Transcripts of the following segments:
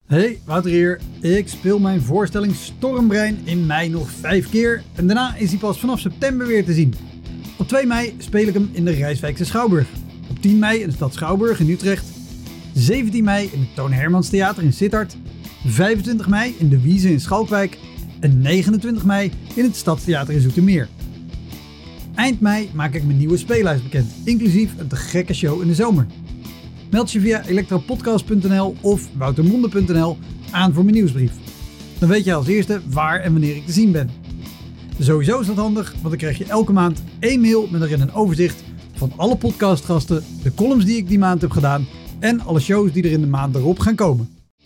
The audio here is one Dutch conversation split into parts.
Hey, Wouter hier. Ik speel mijn voorstelling Stormbrein in mei nog 5 keer en daarna is hij pas vanaf september weer te zien. Op 2 mei speel ik hem in de Rijswijkse Schouwburg. Op 10 mei in de stad Schouwburg in Utrecht. 17 mei in het Toon Hermans Theater in Sittard. 25 mei in de Wieze in Schalkwijk. En 29 mei in het Stadstheater in Zoetermeer. Eind mei maak ik mijn nieuwe speellijst bekend, inclusief een te gekke show in de zomer. Meld je via elektrapodcast.nl of woutermonde.nl aan voor mijn nieuwsbrief. Dan weet je als eerste waar en wanneer ik te zien ben. Sowieso is dat handig, want dan krijg je elke maand 1 mail met erin een overzicht van alle podcastgasten, de columns die ik die maand heb gedaan en alle shows die er in de maand erop gaan komen.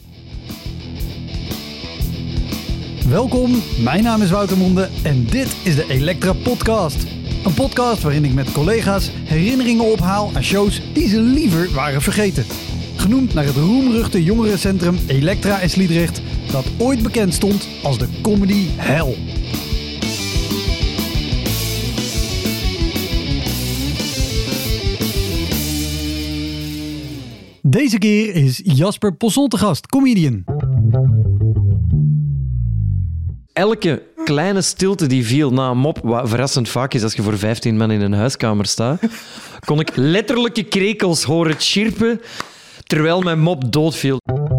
Welkom, mijn naam is Wouter Monde en dit is de Elektra Podcast. Een podcast waarin ik met collega's herinneringen ophaal aan shows die ze liever waren vergeten. Genoemd naar het roemruchte jongerencentrum Elektra in Sliedrecht, dat ooit bekend stond als de comedy hell. Deze keer is Jasper Posson te gast, comedian. Elke kleine stilte die viel na een mop, wat verrassend vaak is als je voor 15 man in een huiskamer staat, kon ik letterlijke krekels horen chirpen terwijl mijn mop doodviel.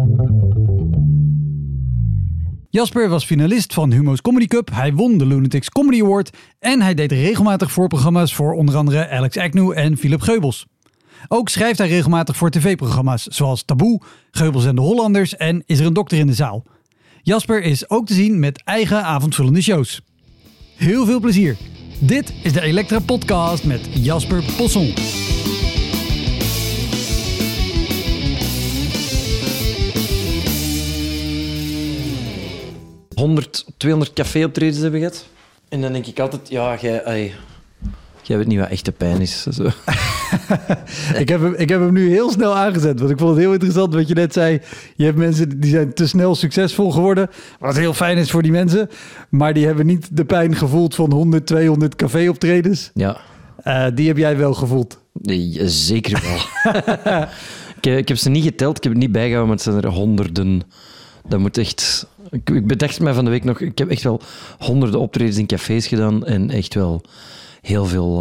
Jasper was finalist van Humo's Comedy Cup, hij won de Lunatics Comedy Award en hij deed regelmatig voorprogramma's voor onder andere Alex Agnew en Philip Geubels. Ook schrijft hij regelmatig voor tv-programma's zoals Taboe, Geubels en de Hollanders en Is er een dokter in de zaal. Jasper is ook te zien met eigen avondvullende shows. Heel veel plezier. Dit is de Elektra Podcast met Jasper Posson. 200 café-optredens hebben gehad. En dan denk ik altijd, ja, jij weet niet wat echte pijn is. Zo. Ik heb hem nu heel snel aangezet, want ik vond het heel interessant wat je net zei. Je hebt mensen die zijn te snel succesvol geworden, wat heel fijn is voor die mensen. Maar die hebben niet de pijn gevoeld van 100, 200 café-optredens. Ja. Die heb jij wel gevoeld. Nee, zeker wel. Ik heb ze niet geteld, ik heb het niet bijgehouden, maar het zijn er honderden. Dat moet echt... Ik bedacht mij van de week nog, ik heb echt wel honderden optredens in cafés gedaan en echt wel heel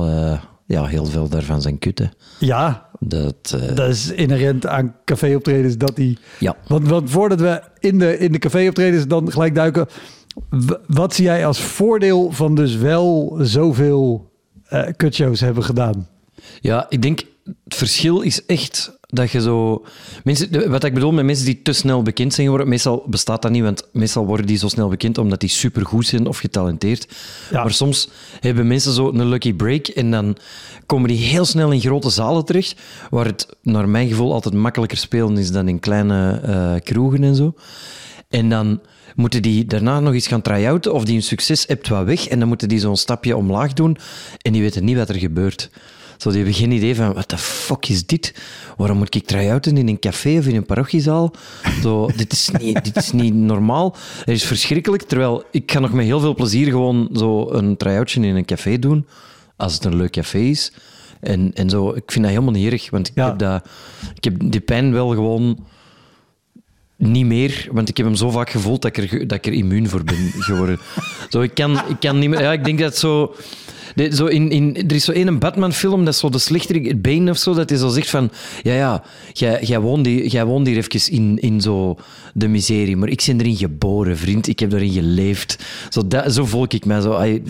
veel daarvan zijn kutten. Ja, dat is inherent aan café-optredens dat die... Ja. Want voordat we in de café-optredens dan gelijk duiken, wat zie jij als voordeel van dus wel zoveel kutshows hebben gedaan? Ja, ik denk het verschil is echt dat je zo... Wat ik bedoel met mensen die te snel bekend zijn geworden, meestal bestaat dat niet, want meestal worden die zo snel bekend omdat die supergoed zijn of getalenteerd. Ja. Maar soms hebben mensen zo een lucky break en dan komen die heel snel in grote zalen terecht, waar het naar mijn gevoel altijd makkelijker spelen is dan in kleine kroegen en zo. En dan moeten die daarna nog eens gaan try-outen of die een succes hebt wat weg en dan moeten die zo'n stapje omlaag doen en die weten niet wat er gebeurt. Zo, die hebben geen idee van, what the fuck is dit? Waarom moet ik try-outen in een café of in een parochiezaal? Zo, dit is niet normaal. Het is verschrikkelijk, terwijl ik ga nog met heel veel plezier gewoon zo een try-outje in een café doen, als het een leuk café is. En zo, ik vind dat helemaal niet erg, want ik heb die pijn wel gewoon niet meer, want ik heb hem zo vaak gevoeld dat ik er immuun voor ben geworden. Zo, ik kan niet meer... Ja, ik denk dat zo... er is zo een Batman-film, dat is zo de slechterik Bane of zo, dat hij zo zegt van, jij woont hier even in zo de miserie, maar ik ben erin geboren, vriend, ik heb daarin geleefd. Zo voel ik mij.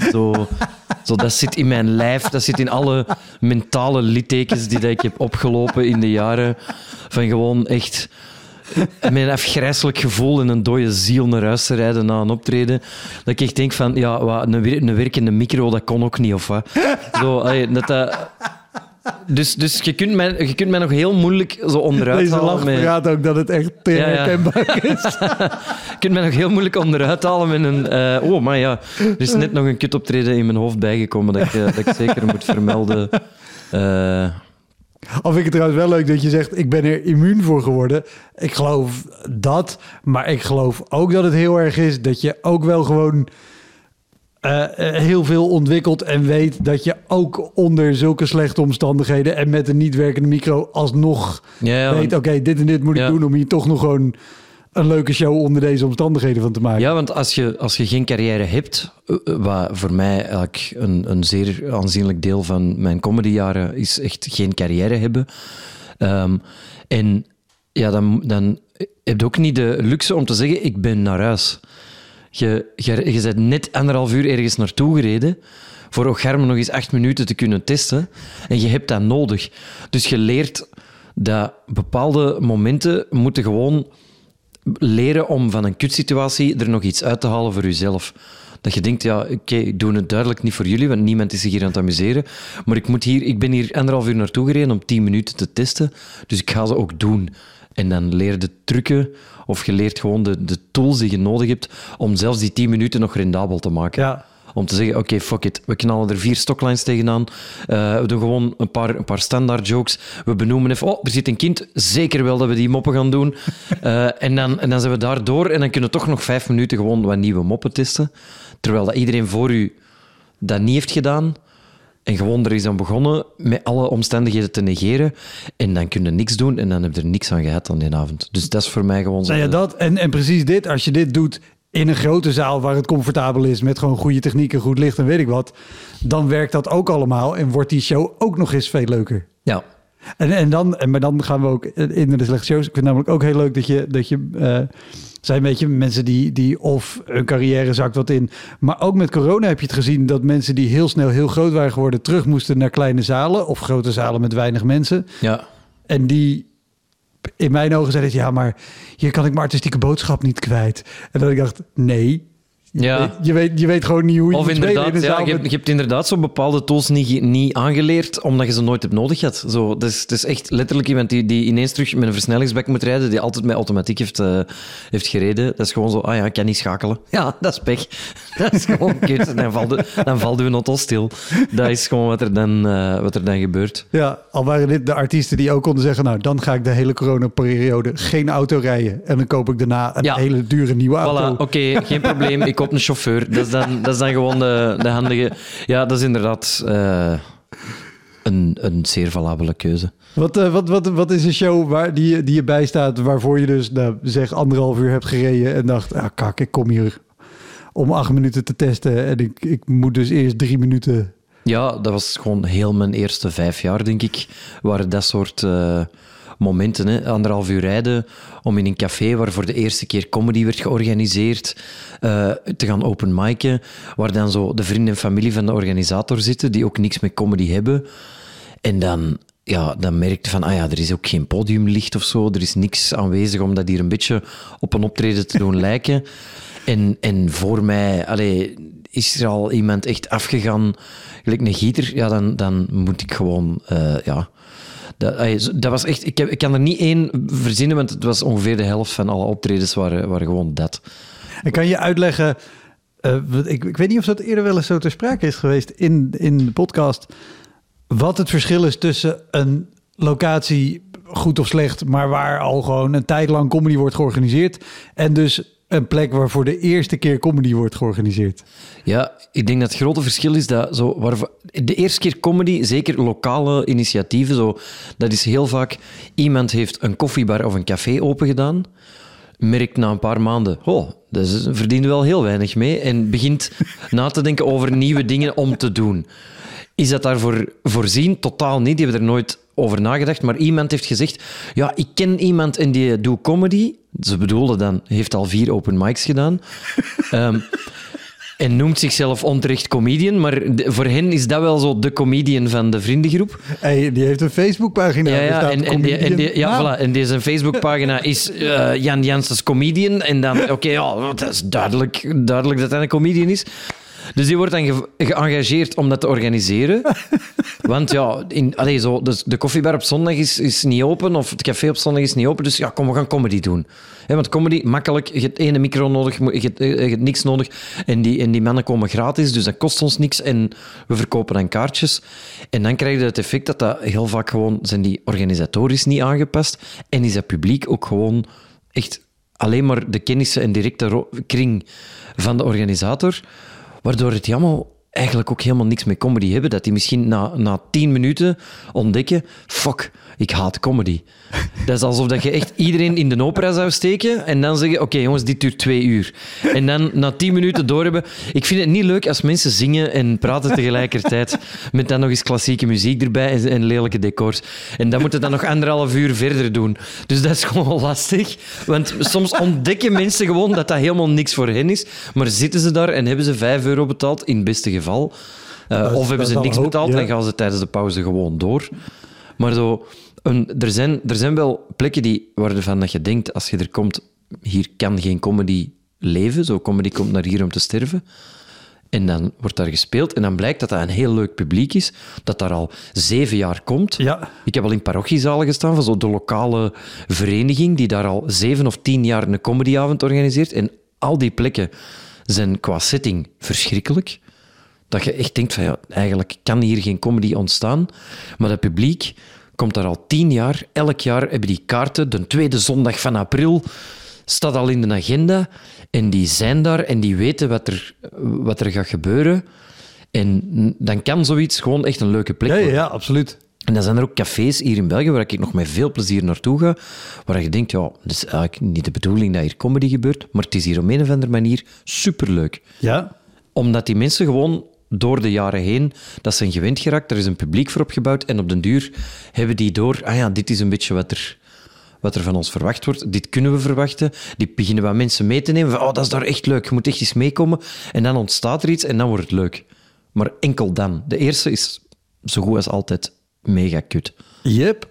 Zo, dat zit in mijn lijf, dat zit in alle mentale littekens die dat ik heb opgelopen in de jaren, van gewoon echt... met een afgrijselijk gevoel en een dode ziel naar huis te rijden na een optreden. Dat ik echt denk van, een werkende micro, dat kon ook niet, of wat. Zo, Dus je kunt mij nog heel moeilijk zo onderuit halen. Deze lach verraadt ook dat het echt herkenbaar is. Je kunt mij nog heel moeilijk onderuit halen met een... maar ja, er is net nog een kutoptreden in mijn hoofd bijgekomen dat ik zeker moet vermelden. Al vind ik het trouwens wel leuk dat je zegt, ik ben er immuun voor geworden. Ik geloof dat, maar ik geloof ook dat het heel erg is dat je ook wel gewoon heel veel ontwikkelt en weet dat je ook onder zulke slechte omstandigheden en met een niet werkende micro alsnog weet, oké, dit en dit moet ik doen om hier toch nog gewoon een leuke show onder deze omstandigheden van te maken. Ja, want als je geen carrière hebt, wat voor mij eigenlijk een zeer aanzienlijk deel van mijn comedyjaren is echt geen carrière hebben. En ja, dan heb je ook niet de luxe om te zeggen, ik ben naar huis. Je bent net 1,5 uur ergens naartoe gereden voor op Germen nog eens 8 minuten te kunnen testen. En je hebt dat nodig. Dus je leert dat bepaalde momenten moeten gewoon leren om van een kutsituatie er nog iets uit te halen voor jezelf. Dat je denkt, ja, oké, ik doe het duidelijk niet voor jullie, want niemand is zich hier aan het amuseren. Maar ik ben hier 1,5 uur naartoe gereden om 10 minuten te testen. Dus ik ga ze ook doen. En dan leer je trucken, of je leert gewoon de tools die je nodig hebt om zelfs die 10 minuten nog rendabel te maken. Ja. Om te zeggen, oké, fuck it. We knallen er 4 stocklines tegenaan. We doen gewoon een paar standaard jokes. We benoemen even, er zit een kind. Zeker wel dat we die moppen gaan doen. En dan zijn we daar door. En dan kunnen we toch nog 5 minuten gewoon wat nieuwe moppen testen. Terwijl dat iedereen voor u dat niet heeft gedaan. En gewoon er is aan begonnen met alle omstandigheden te negeren. En dan kun je niks doen en dan heb je er niks aan gehad aan die avond. Dus dat is voor mij gewoon zo. Nou ja, dat en precies dit. Als je dit doet in een grote zaal waar het comfortabel is, met gewoon goede technieken, goed licht en weet ik wat, dan werkt dat ook allemaal en wordt die show ook nog eens veel leuker. Ja. Maar dan gaan we ook in de slechte shows. Ik vind namelijk ook heel leuk dat je zijn een beetje mensen die of hun carrière zakt wat in. Maar ook met corona heb je het gezien dat mensen die heel snel heel groot waren geworden terug moesten naar kleine zalen of grote zalen met weinig mensen. Ja. En die in mijn ogen zeiden, ja, maar hier kan ik mijn artistieke boodschap niet kwijt. En dat ik dacht, nee. Ja. Je weet gewoon niet hoe je of moet spelen in de zaal. je hebt inderdaad zo bepaalde tools niet aangeleerd, omdat je ze nooit hebt nodig gehad. Zo, het is echt letterlijk iemand die ineens terug met een versnellingsbak moet rijden, die altijd met automatiek heeft gereden. Dat is gewoon zo, ik kan niet schakelen. Ja, dat is pech. Dat is gewoon kut. Dan valt uw auto stil. Dat is gewoon wat er dan gebeurt. Ja, al waren dit de artiesten die ook konden zeggen, nou, dan ga ik de hele coronaperiode geen auto rijden. En dan koop ik daarna een hele dure nieuwe auto. Voilà, oké, geen probleem. Ik koop een chauffeur. Dat is dan gewoon de handige... Ja, dat is inderdaad een zeer valabele keuze. Wat is een show die je bijstaat waarvoor je dus, zeg, 1,5 uur hebt gereden en dacht, kak, ik kom hier om 8 minuten te testen en ik moet dus eerst 3 minuten... Ja, dat was gewoon heel mijn eerste 5 jaar, denk ik, waren dat soort momenten. Hè. 1,5 uur rijden om in een café waar voor de eerste keer comedy werd georganiseerd te gaan open mic'en, waar dan zo de vrienden en familie van de organisator zitten, die ook niks met comedy hebben. En dan merkte van, er is ook geen podiumlicht of zo, er is niks aanwezig om dat hier een beetje op een optreden te doen lijken. En voor mij is er al iemand echt afgegaan, gelijk een gieter, dan moet ik gewoon... Dat was echt... Ik kan er niet één verzinnen, want het was ongeveer de helft van alle optredens waren gewoon dat. En kan je uitleggen... ik weet niet of dat eerder wel eens zo ter sprake is geweest in de podcast, wat het verschil is tussen een locatie, goed of slecht, maar waar al gewoon een tijd lang comedy wordt georganiseerd, en dus een plek waar voor de eerste keer comedy wordt georganiseerd. Ja, ik denk dat het grote verschil is dat de eerste keer comedy, zeker lokale initiatieven, dat is heel vaak iemand heeft een koffiebar of een café open gedaan, merkt na een paar maanden, dat verdient wel heel weinig mee en begint na te denken over nieuwe dingen om te doen. Is dat daarvoor voorzien? Totaal niet. Die hebben er nooit over nagedacht. Maar iemand heeft gezegd, ik ken iemand en die doet comedy. Ze bedoelde dan, heeft al 4 open mics gedaan. En noemt zichzelf onterecht comedian. Maar voor hen is dat wel zo de comedian van de vriendengroep. Hey, die heeft een Facebookpagina. En deze Facebookpagina is Jan Janssens comedian. En dan, dat is duidelijk dat hij een comedian is. Dus die wordt dan geëngageerd om dat te organiseren. Want de koffiebar op zondag is niet open, of het café op zondag is niet open, dus kom, we gaan comedy doen. Want comedy, makkelijk, je hebt 1 micro nodig, je hebt niks nodig, en die mannen komen gratis, dus dat kost ons niks, en we verkopen dan kaartjes. En dan krijg je het effect dat heel vaak gewoon zijn die organisatorisch niet aangepast, en is dat publiek ook gewoon echt alleen maar de kennissen en directe kring van de organisator, waardoor het allemaal eigenlijk ook helemaal niks met comedy hebben. Dat die misschien na 10 minuten ontdekken, fuck, ik haat comedy. Dat is alsof dat je echt iedereen in de opera zou steken en dan zeggen, oké, jongens, dit duurt 2 uur. En dan na 10 minuten doorhebben. Ik vind het niet leuk als mensen zingen en praten tegelijkertijd met dan nog eens klassieke muziek erbij en lelijke decors. En dan moet het dan nog 1,5 uur verder doen. Dus dat is gewoon lastig. Want soms ontdekken mensen gewoon dat dat helemaal niks voor hen is. Maar zitten ze daar en hebben ze €5 betaald, in het beste geval. Of hebben ze niks betaald en gaan ze tijdens de pauze gewoon door. Maar zo, er zijn wel plekken waarvan dat je denkt, als je er komt, hier kan geen comedy leven. Zo, comedy komt naar hier om te sterven. En dan wordt daar gespeeld. En dan blijkt dat dat een heel leuk publiek is. Dat daar al 7 jaar komt. Ja. Ik heb al in parochiezalen gestaan van zo de lokale vereniging die daar al 7 of 10 jaar een comedyavond organiseert. En al die plekken zijn qua setting verschrikkelijk. Dat je echt denkt van, ja, eigenlijk kan hier geen comedy ontstaan. Maar dat publiek komt daar al 10 jaar. Elk jaar hebben die kaarten. De tweede zondag van april staat al in de agenda. En die zijn daar en die weten wat er gaat gebeuren. En dan kan zoiets gewoon echt een leuke plek worden. Ja, absoluut. En dan zijn er ook cafés hier in België waar ik nog met veel plezier naartoe ga. Waar je denkt, ja, het is eigenlijk niet de bedoeling dat hier comedy gebeurt. Maar het is hier op een of andere manier superleuk. Ja. Omdat die mensen gewoon door de jaren heen, dat zijn gewend geraakt, er is een publiek voor opgebouwd en op den duur hebben die door, dit is een beetje wat er van ons verwacht wordt, dit kunnen we verwachten, die beginnen wat mensen mee te nemen, van, dat is daar echt leuk, je moet echt eens meekomen, en dan ontstaat er iets en dan wordt het leuk. Maar enkel dan. De eerste is zo goed als altijd mega kut. Yep.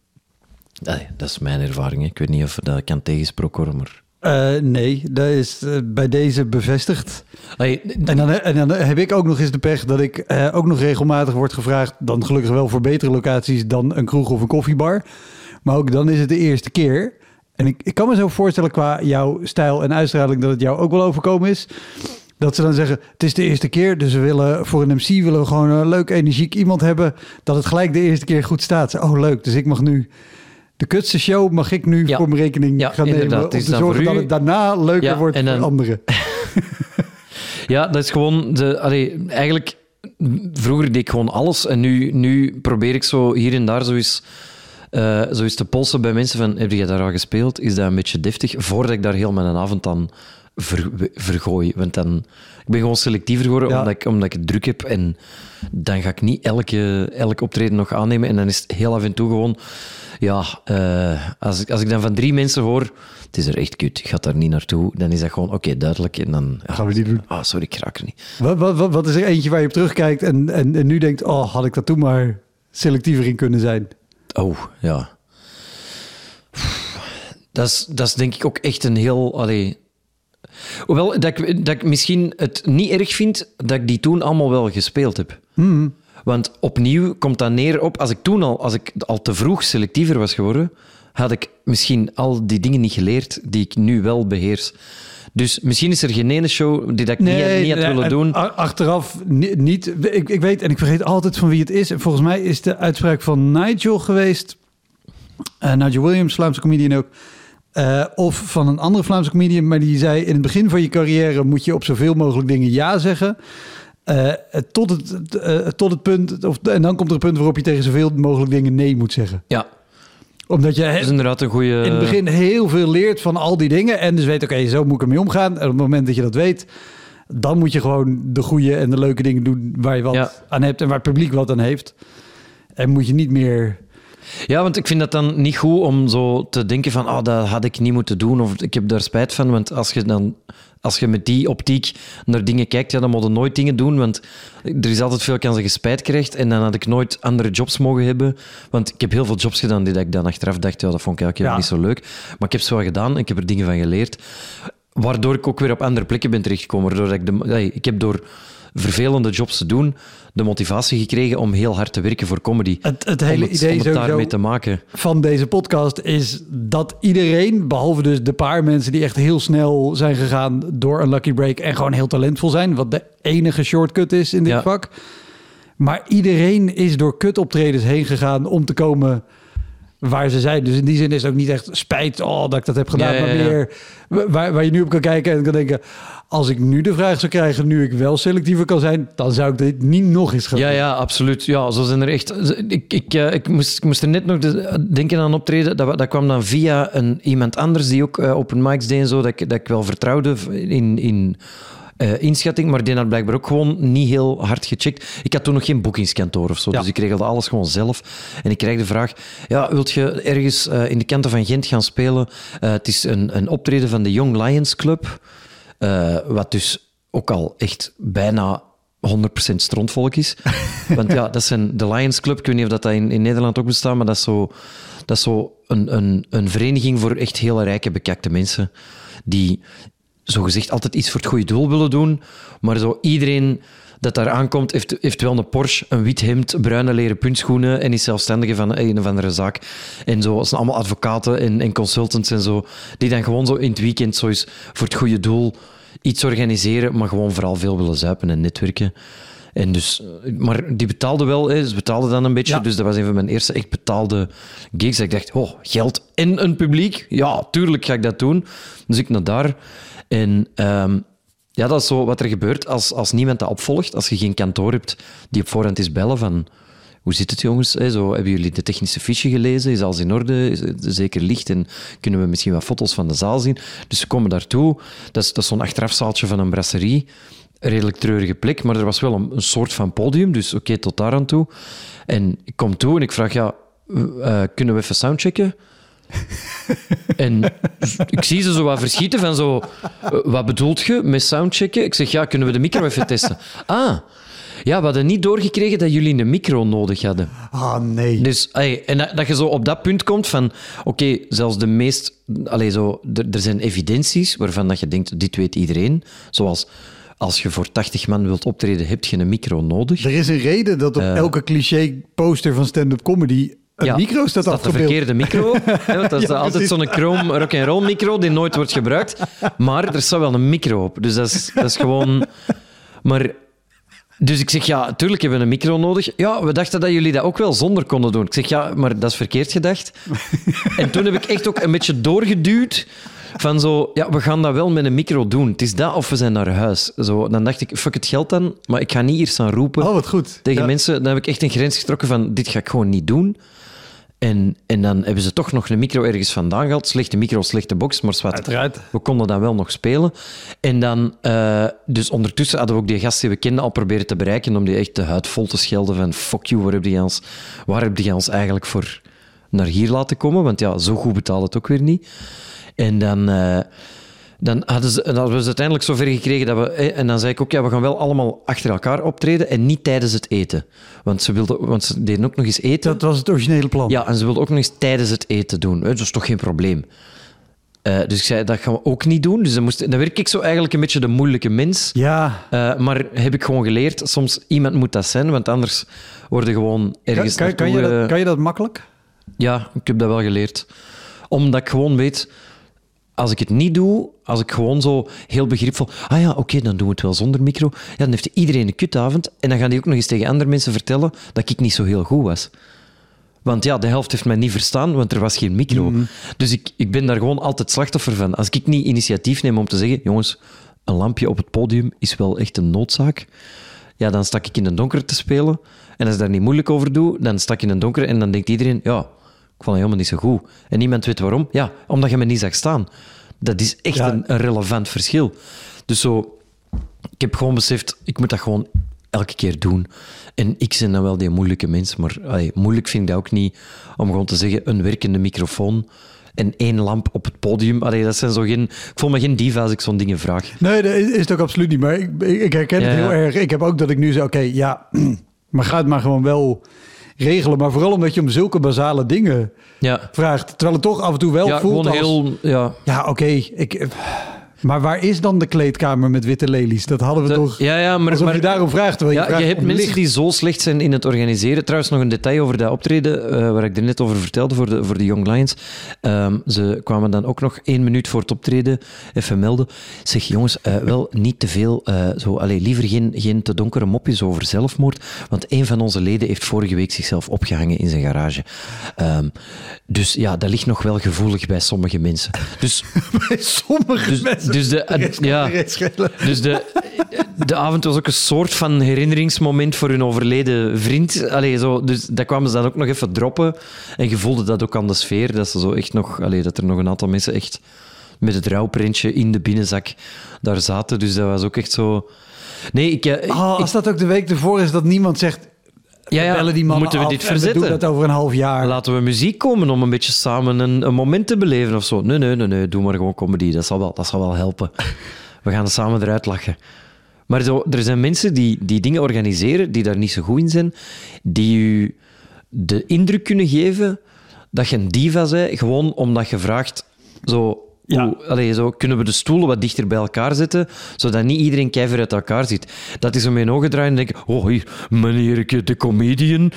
Dat is mijn ervaring, hè. Ik weet niet of dat kan tegensproken worden, maar... Nee, dat is bij deze bevestigd. En dan heb ik ook nog eens de pech dat ik ook nog regelmatig word gevraagd, dan gelukkig wel voor betere locaties dan een kroeg of een koffiebar. Maar ook dan is het de eerste keer. En ik kan me zo voorstellen qua jouw stijl en uitstraling dat het jou ook wel overkomen is. Dat ze dan zeggen, het is de eerste keer, dus we willen voor een MC gewoon een leuk, energiek iemand hebben, dat het gelijk de eerste keer goed staat. Oh, leuk, dus ik mag nu... De kutste show mag ik nu voor mijn rekening gaan nemen om te zorgen dat het daarna leuker wordt voor anderen. Ja, dat is gewoon... eigenlijk, vroeger deed ik gewoon alles en nu probeer ik zo hier en daar zo eens te polsen bij mensen van, heb je daar al gespeeld? Is dat een beetje deftig? Voordat ik daar heel mijn avond aan vergooi. Want dan... Ik ben gewoon selectiever geworden omdat ik het druk heb en dan ga ik niet elk optreden nog aannemen en dan is het heel af en toe gewoon... Ja, als ik dan van 3 mensen hoor, het is er echt kut, ik ga daar niet naartoe, dan is dat gewoon, oké, duidelijk. En dan gaan we die doen. Sorry, ik raak er niet. Wat is er eentje waar je op terugkijkt en nu denkt, had ik dat toen maar selectiever in kunnen zijn? Oh, ja. Dat is denk ik ook echt een heel... Hoewel, dat ik misschien het niet erg vind dat ik die toen allemaal wel gespeeld heb. Mm. Want opnieuw komt dat neer op... Als ik al te vroeg selectiever was geworden, had ik misschien al die dingen niet geleerd die ik nu wel beheers. Dus misschien is er geen ene show die dat ik niet had willen doen. Achteraf niet. Ik weet, en ik vergeet altijd van wie het is. En volgens mij is de uitspraak van Nigel geweest. Nigel Williams, Vlaamse comedian ook. Of van een andere Vlaamse comedian. Maar die zei, in het begin van je carrière moet je op zoveel mogelijk dingen ja zeggen. Tot het punt, en dan komt er een punt waarop je tegen zoveel mogelijk dingen nee moet zeggen. Ja. Omdat je dat is inderdaad een goede... in het begin heel veel leert van al die dingen. En dus weet, oké, zo moet ik ermee omgaan. En op het moment dat je dat weet, dan moet je gewoon de goede en de leuke dingen doen waar je wat aan hebt en waar het publiek wat aan heeft. En moet je niet meer... Ja, want ik vind dat dan niet goed om zo te denken van dat had ik niet moeten doen of ik heb daar spijt van. Want als je met die optiek naar dingen kijkt, dan moet je nooit dingen doen, want er is altijd veel kans dat je spijt krijgt en dan had ik nooit andere jobs mogen hebben. Want ik heb heel veel jobs gedaan die ik dan achteraf dacht, dat vond ik eigenlijk niet zo leuk. Maar ik heb ze wel gedaan en ik heb er dingen van geleerd. Waardoor ik ook weer op andere plekken ben terechtgekomen. Ik heb door vervelende jobs te doen de motivatie gekregen om heel hard te werken voor comedy. Het hele idee om het daarmee te maken. Van deze podcast is dat iedereen, behalve dus de paar mensen die echt heel snel zijn gegaan door een lucky break en gewoon heel talentvol zijn, wat de enige shortcut is in dit vak. Maar iedereen is door kutoptredens heen gegaan om te komen waar ze zijn. Dus in die zin is het ook niet echt spijt dat ik dat heb gedaan. Ja. Maar meer waar je nu op kan kijken en kan denken... als ik nu de vraag zou krijgen, nu ik wel selectiever kan zijn... dan zou ik dit niet nog eens gaan doen. Ja, absoluut. Ja, zo zijn er echt... Ik moest er net nog denken aan optreden. Dat kwam dan via iemand anders die ook open mics deed en zo, dat ik wel vertrouwde in inschatting, maar die had blijkbaar ook gewoon niet heel hard gecheckt. Ik had toen nog geen boekingskantoor of zo, dus ik regelde alles gewoon zelf. En ik kreeg de vraag, wilt je ergens in de kanten van Gent gaan spelen? Het is een optreden van de Young Lions Club, wat dus ook al echt bijna 100% strontvolk is. Want dat zijn de Lions Club, ik weet niet of dat in Nederland ook bestaat, maar dat is zo een vereniging voor echt hele rijke, bekakte mensen die zogezegd altijd iets voor het goede doel willen doen, maar zo iedereen dat daar aankomt heeft wel een Porsche, een wit hemd, bruine leren puntschoenen en is zelfstandige van een of andere zaak. En zo, het zijn allemaal advocaten en consultants en zo, die dan gewoon zo in het weekend zo eens voor het goede doel iets organiseren, maar gewoon vooral veel willen zuipen en netwerken. En dus, maar die betaalde wel, ze betaalden dan een beetje. Dus dat was een van mijn eerste echt betaalde gigs. Ik dacht, geld en een publiek? Ja, tuurlijk ga ik dat doen. Dus ik naar daar. En dat is zo wat er gebeurt als niemand dat opvolgt. Als je geen kantoor hebt die op voorhand is bellen van... Hoe zit het, jongens? Zo, hebben jullie de technische fiche gelezen? Is alles in orde? Is het zeker licht? En kunnen we misschien wat foto's van de zaal zien? Dus ze komen daartoe. Dat is zo'n achterafzaaltje van een brasserie. Een redelijk treurige plek, maar er was wel een soort van podium. Dus oké, tot daar aan toe. En ik kom toe en ik vraag, kunnen we even soundchecken? En ik zie ze zo wat verschieten van zo... Wat bedoelt je met soundchecken? Ik zeg, kunnen we de micro even testen? We hadden niet doorgekregen dat jullie een micro nodig hadden. Nee. Dus, en dat je zo op dat punt komt van... Oké, zelfs de meest... Er zijn evidenties waarvan dat je denkt, dit weet iedereen. Zoals... Als je voor 80 man wilt optreden, heb je een micro nodig. Er is een reden dat op elke cliché-poster van stand-up comedy een micro staat afgebeeld. De verkeerde micro. Dat is altijd zo'n chrome rock'n'roll micro die nooit wordt gebruikt. Maar er staat wel een micro op. Dus dat is gewoon... Maar... Dus ik zeg, tuurlijk hebben we een micro nodig. Ja, we dachten dat jullie dat ook wel zonder konden doen. Ik zeg, maar dat is verkeerd gedacht. En toen heb ik echt ook een beetje doorgeduwd van zo, we gaan dat wel met een micro doen. Het is dat of we zijn naar huis. Zo, dan dacht ik, fuck het geld dan, maar ik ga niet hier staan roepen wat goed. Tegen mensen. Dan heb ik echt een grens getrokken van, dit ga ik gewoon niet doen. En dan hebben ze toch nog een micro ergens vandaan gehaald. Slechte micro, slechte box, maar zwart. Uiteraard. We konden dan wel nog spelen. En dan... dus ondertussen hadden we ook die gast die we kenden al proberen te bereiken om die echt de huid vol te schelden van fuck you, waar heb je ons eigenlijk voor naar hier laten komen? Want zo goed betaalde het ook weer niet. En dan hadden we ze uiteindelijk zover gekregen dat we... En dan zei ik ook, we gaan wel allemaal achter elkaar optreden en niet tijdens het eten. Want ze deden ook nog eens eten. Dat was het originele plan. Ja, en ze wilden ook nog eens tijdens het eten doen. Dat is toch geen probleem. Dus ik zei, dat gaan we ook niet doen. Dus dan werk ik zo eigenlijk een beetje de moeilijke mens. Ja. Maar heb ik gewoon geleerd, soms iemand moet dat zijn, want anders worden gewoon ergens kan je dat makkelijk? Ja, ik heb dat wel geleerd. Omdat ik gewoon weet... Als ik het niet doe, als ik gewoon zo heel begripvol... Oké, dan doen we het wel zonder micro. Ja, dan heeft iedereen een kutavond. En dan gaan die ook nog eens tegen andere mensen vertellen dat ik niet zo heel goed was. Want de helft heeft mij niet verstaan, want er was geen micro. Mm-hmm. Dus ik ben daar gewoon altijd slachtoffer van. Als ik niet initiatief neem om te zeggen... Jongens, een lampje op het podium is wel echt een noodzaak. Ja, dan stak ik in het donker te spelen. En als ik daar niet moeilijk over doe, dan stak ik in het donker en dan denkt iedereen... Ik vond het helemaal niet zo goed. En niemand weet waarom. Ja, omdat je me niet zag staan. Dat is echt een relevant verschil. Dus zo... Ik heb gewoon beseft, ik moet dat gewoon elke keer doen. En ik ben dan wel die moeilijke mens, maar moeilijk vind ik dat ook niet om gewoon te zeggen, een werkende microfoon en 1 lamp op het podium. Dat zijn zo geen... Ik voel me geen diva als ik zo'n dingen vraag. Nee, dat is het ook absoluut niet. Maar ik herken het heel erg. Ik heb ook dat ik nu zeg, maar ga het maar gewoon wel... regelen, maar vooral omdat je om zulke basale dingen vraagt. Terwijl het toch af en toe wel voelt gewoon als... heel... Ja, oké. Maar waar is dan de kleedkamer met witte lelies? Dat hadden we toch... Ja, maar... Alsof je daarom vraagt. Terwijl je vraagt je hebt om mensen licht. die zo slecht zijn in het organiseren. Trouwens, nog een detail over dat optreden, waar ik er net over vertelde voor de Young Lions. Ze kwamen dan ook nog 1 minuut voor het optreden even melden. Zeg, jongens, wel niet te veel... liever geen te donkere mopjes over zelfmoord, want een van onze leden heeft vorige week zichzelf opgehangen in zijn garage. Dus ja, dat ligt nog wel gevoelig bij sommige mensen. Dus, Bij sommige mensen. Dus de avond was ook een soort van herinneringsmoment voor hun overleden vriend. Dus dat kwamen ze dan ook nog even droppen. En je voelde dat ook aan de sfeer, dat ze zo echt nog... dat er nog een aantal mensen echt met het rouwprintje in de binnenzak daar zaten. Dus dat was ook echt zo... Nee, als dat ook de week ervoor is dat niemand zegt... bellen die mannen moeten we af dit en verzetten? we doen dat over een half jaar. Laten we muziek komen om een beetje samen een moment te beleven of zo. Nee, doe maar gewoon comedy. Dat zal wel helpen. We gaan er samen eruit lachen. Maar er zijn mensen die dingen organiseren, die daar niet zo goed in zijn, die u de indruk kunnen geven dat je een diva bent, gewoon omdat je vraagt... Zo kunnen we de stoelen wat dichter bij elkaar zetten, zodat niet iedereen keiver uit elkaar zit. Dat is om mijn ogen draaien en denken, oh hier, meneer de comedian.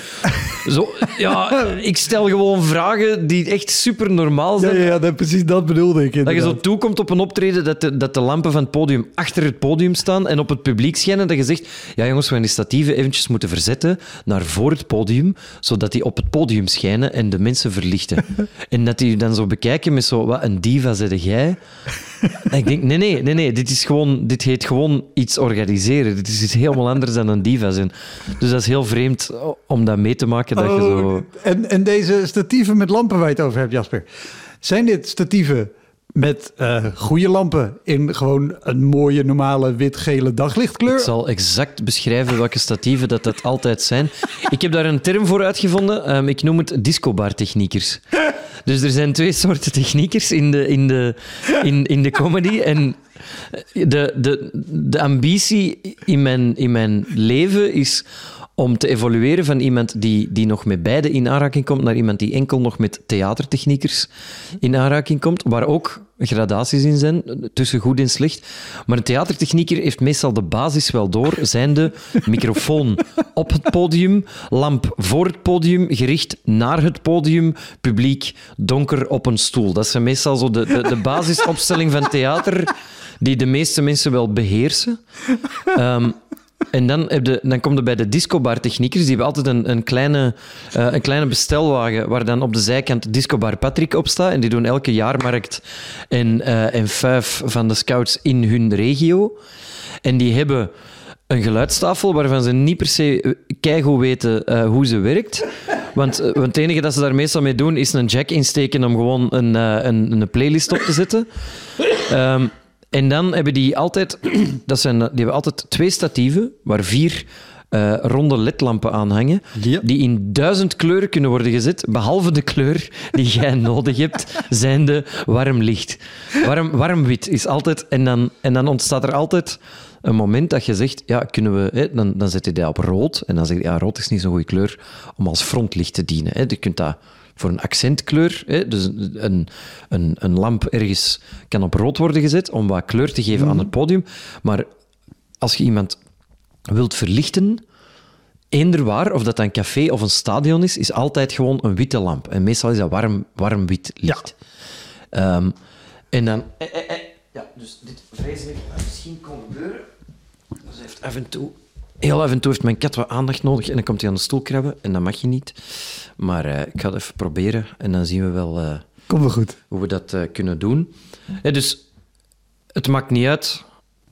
Ik stel gewoon vragen die echt super normaal zijn. Ja, precies dat bedoelde ik inderdaad. Dat je zo toekomt op een optreden, dat de lampen van het podium achter het podium staan en op het publiek schijnen, dat je zegt, ja jongens, we gaan die statieven eventjes moeten verzetten naar voor het podium, zodat die op het podium schijnen en de mensen verlichten. En dat die je dan zo bekijken met zo, wat een diva zet jij? En ik denk, nee, dit heet gewoon iets organiseren. Dit is iets helemaal anders dan een diva zijn. Dus dat is heel vreemd om dat mee te maken. Dat je zo... En deze statieven met lampen waar je het over hebt, Jasper. Zijn dit statieven met goede lampen in gewoon een mooie, normale wit-gele daglichtkleur? Ik zal exact beschrijven welke statieven dat altijd zijn. Ik heb daar een term voor uitgevonden. Ik noem het discobar-techniekers. Dus er zijn 2 soorten techniekers in de comedy. En de ambitie in mijn leven is om te evolueren van iemand die nog met beide in aanraking komt naar iemand die enkel nog met theatertechniekers in aanraking komt, waar ook gradaties in zijn, tussen goed en slecht. Maar een theatertechnieker heeft meestal de basis wel door, zijnde microfoon op het podium, lamp voor het podium, gericht naar het podium, publiek donker op een stoel. Dat zijn meestal zo de basisopstelling van theater die de meeste mensen wel beheersen. En dan kom je bij de discobar-techniekers. Die hebben altijd een kleine bestelwagen waar dan op de zijkant Discobar Patrick op staat. En die doen elke jaarmarkt en 5 van de scouts in hun regio. En die hebben een geluidstafel waarvan ze niet per se keigoed weten hoe ze werkt. Want het enige dat ze daar meestal mee doen is een jack insteken om gewoon een playlist op te zetten. En dan hebben die altijd... die hebben altijd 2 statieven, waar 4 ronde ledlampen aan hangen, die in 1000 kleuren kunnen worden gezet, behalve de kleur die jij nodig hebt, zijnde warm licht. Warm wit is altijd... En dan ontstaat er altijd een moment dat je zegt, ja, kunnen we... Dan zet je dat op rood, en dan zeg je, ja, rood is niet zo'n goede kleur om als frontlicht te dienen. Je kunt dat... Voor een accentkleur, dus een lamp ergens kan op rood worden gezet om wat kleur te geven aan het podium. Maar als je iemand wilt verlichten, eender waar, of dat een café of een stadion is altijd gewoon een witte lamp. En meestal is dat warm wit licht. Ja. En dan... dus dit vreselijk misschien kon gebeuren. Dus heeft heel af en toe heeft mijn kat wat aandacht nodig en dan komt hij aan de stoel krabben en dat mag je niet. Maar ik ga het even proberen en dan zien we wel hoe we dat kunnen doen. Dus het maakt niet uit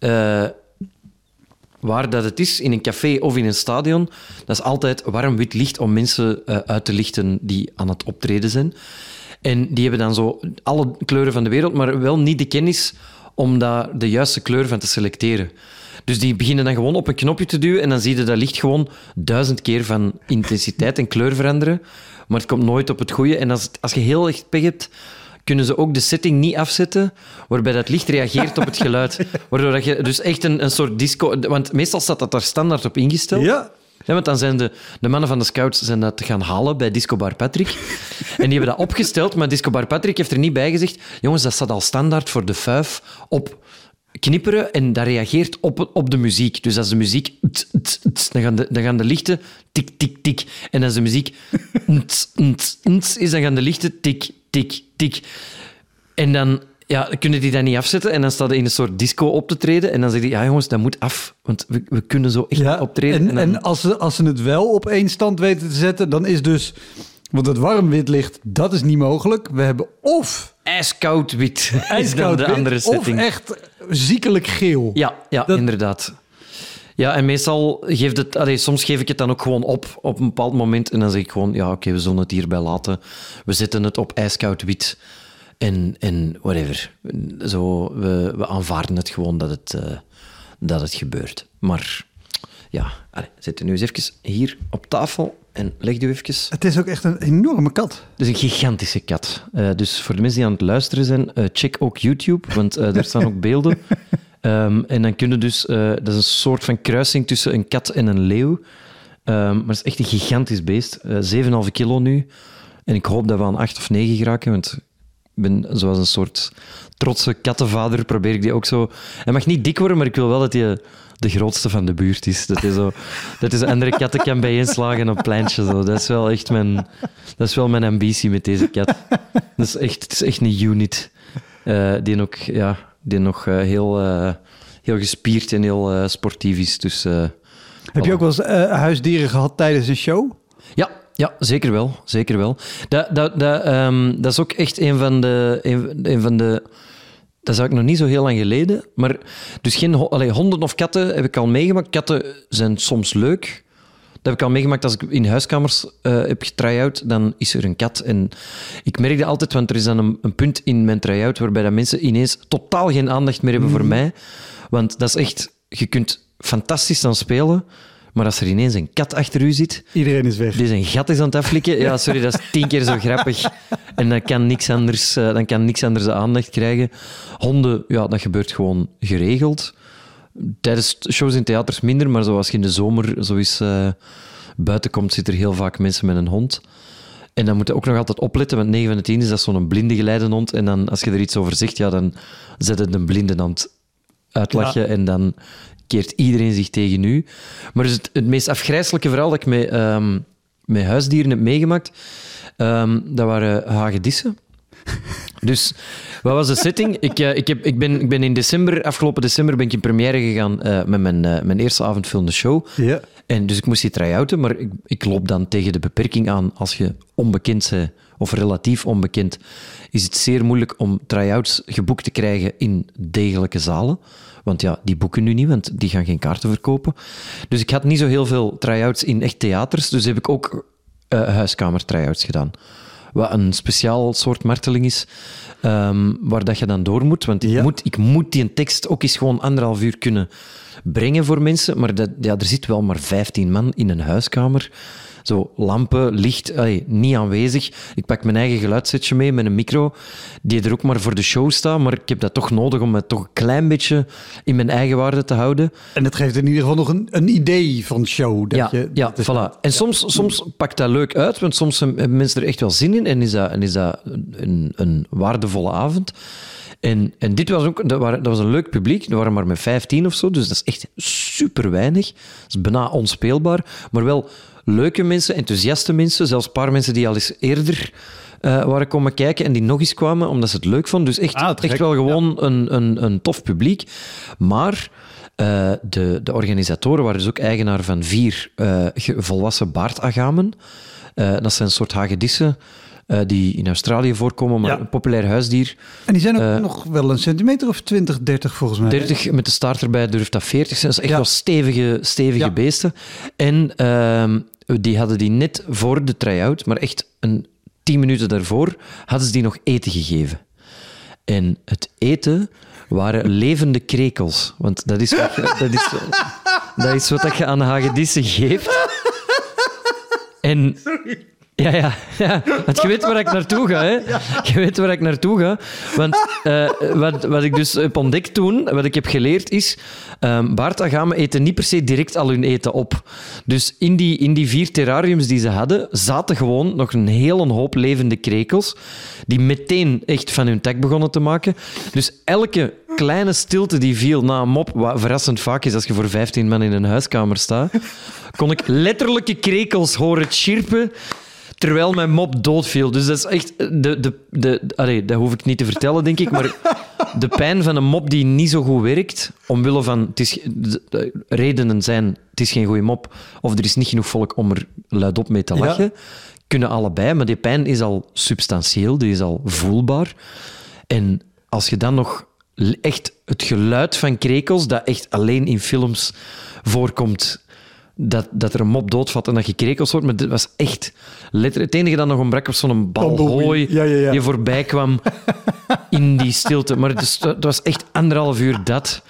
waar dat het is, in een café of in een stadion. Dat is altijd warm wit licht om mensen uit te lichten die aan het optreden zijn. En die hebben dan zo alle kleuren van de wereld, maar wel niet de kennis om daar de juiste kleur van te selecteren. Dus die beginnen dan gewoon op een knopje te duwen en dan zie je dat licht gewoon 1000 keer van intensiteit en kleur veranderen. Maar het komt nooit op het goede. En als je heel echt pech hebt, kunnen ze ook de setting niet afzetten waarbij dat licht reageert op het geluid. Waardoor dat je dus echt een soort disco... Want meestal staat dat daar standaard op ingesteld. Ja. Ja, want dan zijn de mannen van de scouts zijn dat gaan halen bij Disco Bar Patrick. En die hebben dat opgesteld, maar Disco Bar Patrick heeft er niet bij gezegd. Jongens, dat staat al standaard voor de fuif op knipperen en dat reageert op de muziek. Dus als de muziek... dan gaan de lichten tik, tik, tik. En als de muziek is, dan gaan de lichten tik, tik, tik. En dan kunnen die dat niet afzetten en dan staat er in een soort disco op te treden en dan zeg je, ja jongens, dat moet af, want we kunnen zo echt optreden. En als ze het wel op één stand weten te zetten, dan is dus... Want het warm wit licht, dat is niet mogelijk. We hebben of... ijskoud wit is dan de andere setting. Of echt ziekelijk geel. Ja, inderdaad. Ja, en meestal geeft het... soms geef ik het dan ook gewoon op een bepaald moment en dan zeg ik gewoon, ja, oké, we zullen het hierbij laten. We zetten het op ijskoud wit. En whatever. Zo, we aanvaarden het gewoon dat het gebeurt. Maar ja, zet u nu eens even hier op tafel en leg u even... Het is ook echt een enorme kat. Het is een gigantische kat. Dus voor de mensen die aan het luisteren zijn, check ook YouTube, want daar staan ook beelden. En dan kunnen dus... dat is een soort van kruising tussen een kat en een leeuw. Maar het is echt een gigantisch beest. 7,5 kilo nu. En ik hoop dat we aan 8 of 9 geraken, want... Ik ben zoals een soort trotse kattenvader, probeer ik die ook zo... Hij mag niet dik worden, maar ik wil wel dat hij de grootste van de buurt is. Dat is andere katten kan bijeenslagen op pleintje. Zo. Dat is wel echt mijn ambitie met deze kat. Het is echt een unit. Die nog heel gespierd en heel sportief is. Dus, Heb je ook wel eens huisdieren gehad tijdens een show? Ja, zeker wel. Dat is ook echt een van de... Dat is ook nog niet zo heel lang geleden. Maar dus geen honden of katten heb ik al meegemaakt. Katten zijn soms leuk. Dat heb ik al meegemaakt als ik in huiskamers heb getry-out. Dan is er een kat. En ik merkte altijd, want er is dan een punt in mijn try-out waarbij dat mensen ineens totaal geen aandacht meer hebben voor mij. Want dat is echt... Je kunt fantastisch dan spelen... Maar als er ineens een kat achter u zit... Iedereen is weg. Die zijn gat is aan het aflikken. Ja, sorry, dat is 10 keer zo grappig. En dan kan niks anders de aandacht krijgen. Honden, ja, dat gebeurt gewoon geregeld. Tijdens shows in theaters minder, maar zoals je in de zomer zo eens buiten komt, zit er heel vaak mensen met een hond. En dan moet je ook nog altijd opletten, want 9 van de 10 is dat zo'n blinde geleidehond. En dan, als je er iets over zegt, ja, dan zet het een blinde aan het uitlachen en dan... keert iedereen zich tegen u. Maar dus het meest afgrijselijke verhaal dat ik met huisdieren heb meegemaakt, dat waren hagedissen. Dus wat was de setting? Ik ben in afgelopen december ben ik in première gegaan met mijn eerste avondvullende show. Ja. En dus ik moest die try-outen, maar ik loop dan tegen de beperking aan. Als je onbekend bent, of relatief onbekend, is het zeer moeilijk om try-outs geboekt te krijgen in degelijke zalen. Want ja, die boeken nu niet, want die gaan geen kaarten verkopen. Dus ik had niet zo heel veel try-outs in echt theaters, dus heb ik ook huiskamer try-outs gedaan. Wat een speciaal soort marteling is, waar dat je dan door moet. Want ik moet die tekst ook eens gewoon 1,5 uur kunnen brengen voor mensen. Maar er zit wel maar 15 man in een huiskamer. Zo, lampen, licht, niet aanwezig. Ik pak mijn eigen geluidssetje mee met een micro, die er ook maar voor de show staat, maar ik heb dat toch nodig om het toch een klein beetje in mijn eigen waarde te houden. En dat geeft in ieder geval nog een idee van show. Voilà. En soms pakt dat leuk uit, want soms hebben mensen er echt wel zin in en is dat een waardevolle avond. En dit was ook, dat was een leuk publiek. Er waren maar met 15 of zo, dus dat is echt super weinig. Dat is bijna onspeelbaar, maar wel leuke mensen, enthousiaste mensen, zelfs een paar mensen die al eens eerder waren komen kijken en die nog eens kwamen omdat ze het leuk vonden. Dus echt wel gewoon een tof publiek. Maar de organisatoren waren dus ook eigenaar van 4 volwassen baardagamen. Dat zijn een soort hagedissen die in Australië voorkomen, maar een populair huisdier. En die zijn ook nog wel een centimeter of 20, 30 volgens mij. 30, met de staart erbij durft dat 40 zijn. Dat is echt wel stevige beesten. En die hadden die net voor de try-out, maar echt 10 minuten daarvoor, hadden ze die nog eten gegeven. En het eten waren levende krekels. Want dat is wat je aan hagedissen geeft. En... Ja. Want je weet waar ik naartoe ga, hè? Ja. Je weet waar ik naartoe ga. Want wat ik dus heb ontdekt toen, wat ik heb geleerd, is... Baardagamen eten niet per se direct al hun eten op. Dus in die 4 terrariums die ze hadden, zaten gewoon nog een hele hoop levende krekels, die meteen echt van hun tak begonnen te maken. Dus elke kleine stilte die viel na een mop, wat verrassend vaak is als je voor 15 man in een huiskamer staat, kon ik letterlijke krekels horen chirpen terwijl mijn mop doodviel. Dus dat is echt... dat hoef ik niet te vertellen, denk ik, maar de pijn van een mop die niet zo goed werkt, omwille van... redenen zijn, het is geen goede mop, of er is niet genoeg volk om er luidop mee te lachen, kunnen allebei, maar die pijn is al substantieel, die is al voelbaar. En als je dan nog echt het geluid van krekels, dat echt alleen in films voorkomt, dat er een mop doodvat en dat je krekels hoort, maar dit was echt letterlijk... Het enige dat nog ontbrak was zo'n bal hooi die voorbij kwam in die stilte. Maar het was echt 1,5 uur dat.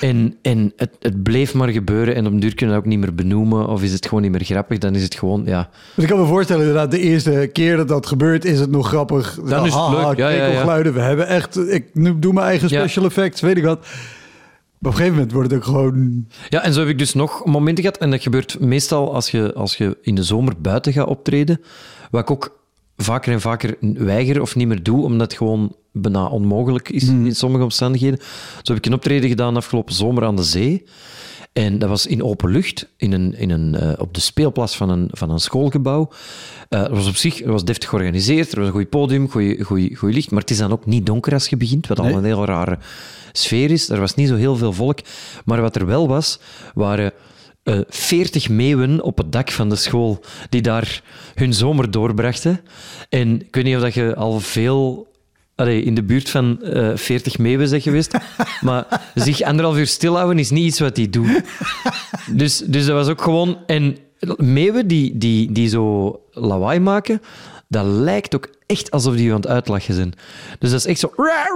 En het bleef maar gebeuren en op een duur kunnen we dat ook niet meer benoemen of is het gewoon niet meer grappig, dan is het gewoon, ja... Dus ik kan me voorstellen, inderdaad, de eerste keer dat grappig is het nog grappig. Dan is het leuk. Krekelgeluiden, we hebben echt... Ik doe mijn eigen special effects, weet ik wat. Maar op een gegeven moment wordt het ook gewoon... Ja, en zo heb ik dus nog momenten gehad. En dat gebeurt meestal als je in de zomer buiten gaat optreden. Wat ik ook vaker en vaker weiger of niet meer doe, omdat het gewoon bijna onmogelijk is in sommige omstandigheden. Zo heb ik een optreden gedaan afgelopen zomer aan de zee. En dat was in open lucht, op de speelplaats van een schoolgebouw. Het was op zich het was deftig georganiseerd, er was een goed podium, goed licht, maar het is dan ook niet donker als je begint, wat al een heel rare sfeer is. Er was niet zo heel veel volk. Maar wat er wel was, waren 40 meeuwen op het dak van de school die daar hun zomer doorbrachten. En ik weet niet of dat je al veel... in de buurt van 40 meeuwen bent geweest. Maar zich 1,5 uur stilhouden is niet iets wat die doen. Dus dat was ook gewoon... En meeuwen die zo lawaai maken, dat lijkt ook echt alsof die aan het uitlachen zijn. Dus dat is echt zo...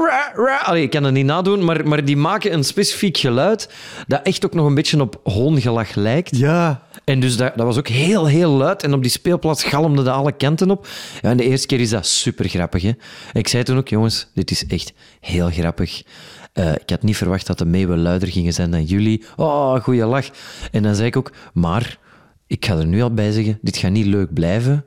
Ik kan het niet nadoen, maar die maken een specifiek geluid dat echt ook nog een beetje op hoongelach lijkt. Ja. En dus dat was ook heel, heel luid. En op die speelplaats galmde dat alle kanten op. Ja, en de eerste keer is dat super grappig. Hè? Ik zei toen ook, jongens, dit is echt heel grappig. Ik had niet verwacht dat de meeuwen luider gingen zijn dan jullie. Oh, goeie lach. En dan zei ik ook, maar ik ga er nu al bij zeggen, dit gaat niet leuk blijven.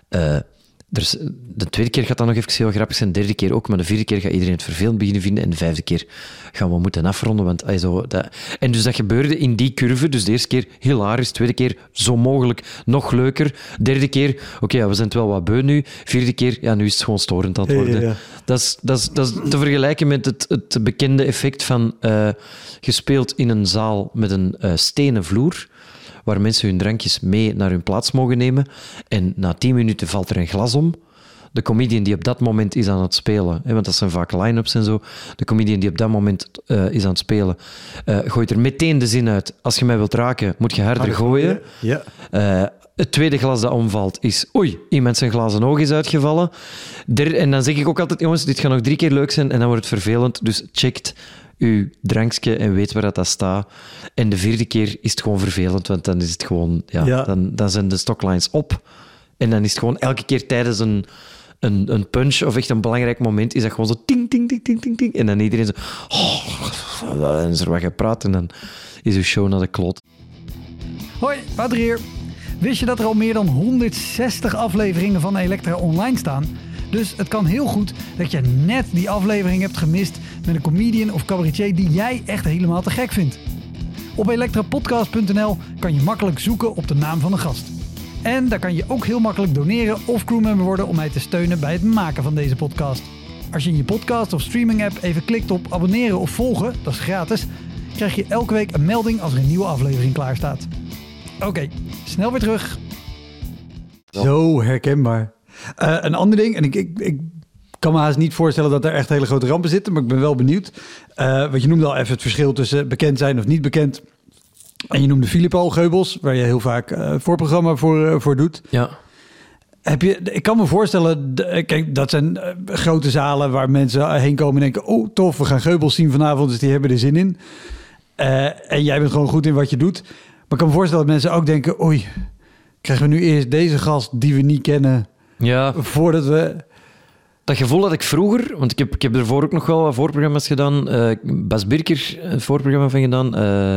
De tweede keer gaat dat nog even heel grappig zijn, de derde keer ook, maar de vierde keer gaat iedereen het vervelend beginnen vinden en de 5e keer gaan we moeten afronden. Want, en dus dat gebeurde in die curve. Dus de eerste keer hilarisch, de tweede keer zo mogelijk nog leuker. Derde keer, oké, we zijn het wel wat beu nu. Vierde keer, ja, nu is het gewoon storend aan het worden. Ja. Dat is te vergelijken met het bekende effect van gespeeld in een zaal met een stenen vloer, waar mensen hun drankjes mee naar hun plaats mogen nemen. En na 10 minuten valt er een glas om. De comedian die op dat moment is aan het spelen, want dat zijn vaak line-ups en zo, de comedian die op dat moment is aan het spelen, gooit er meteen de zin uit. Als je mij wilt raken, moet je harder gooien. Ja. Het tweede glas dat omvalt is... Oei, iemand zijn glazen oog is uitgevallen. En dan zeg ik ook altijd, jongens, dit gaat nog 3 keer leuk zijn en dan wordt het vervelend. Dus checkt uw drankje en weet waar dat staat. En de 4e keer is het gewoon vervelend, want dan is het gewoon... Dan zijn de stocklines op. En dan is het gewoon elke keer tijdens een punch of echt een belangrijk moment, is dat gewoon zo ting, ting, ting, ting, ting, ting. En dan iedereen zo... dan is er wat gepraat en dan is uw show naar de kloot. Hoi, Wouter hier. Wist je dat er al meer dan 160 afleveringen van Elektra online staan? Dus het kan heel goed dat je net die aflevering hebt gemist met een comedian of cabaretier die jij echt helemaal te gek vindt. Op elektrapodcast.nl kan je makkelijk zoeken op de naam van de gast. En daar kan je ook heel makkelijk doneren of crewmember worden om mij te steunen bij het maken van deze podcast. Als je in je podcast of streaming app even klikt op abonneren of volgen, dat is gratis, krijg je elke week een melding als er een nieuwe aflevering klaar staat. Oké, snel weer terug. Zo herkenbaar. Een ander ding, en ik kan me haast niet voorstellen dat er echt hele grote rampen zitten, maar ik ben wel benieuwd. Want je noemde al even het verschil tussen bekend zijn of niet bekend. En je noemde Philip al, Geubels, waar je heel vaak voorprogramma voor doet. Ja. Ik kan me voorstellen, kijk, dat zijn grote zalen waar mensen heen komen en denken, oh tof, we gaan Geubels zien vanavond, dus die hebben er zin in. En jij bent gewoon goed in wat je doet. Maar ik kan me voorstellen dat mensen ook denken, oei, krijgen we nu eerst deze gast die we niet kennen, Ja, voordat we... dat gevoel had ik vroeger, want ik heb ervoor ook nog wel wat voorprogramma's gedaan. Bas Birker, een voorprogramma van gedaan.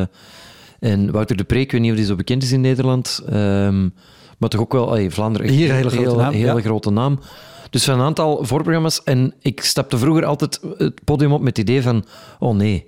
En Wouter de Pre, ik weet niet of die zo bekend is in Nederland. Maar toch ook wel, Vlaanderen, echt Hier een hele grote naam, hele ja. grote naam. Dus van een aantal voorprogramma's. En ik stapte vroeger altijd het podium op met het idee van, oh nee,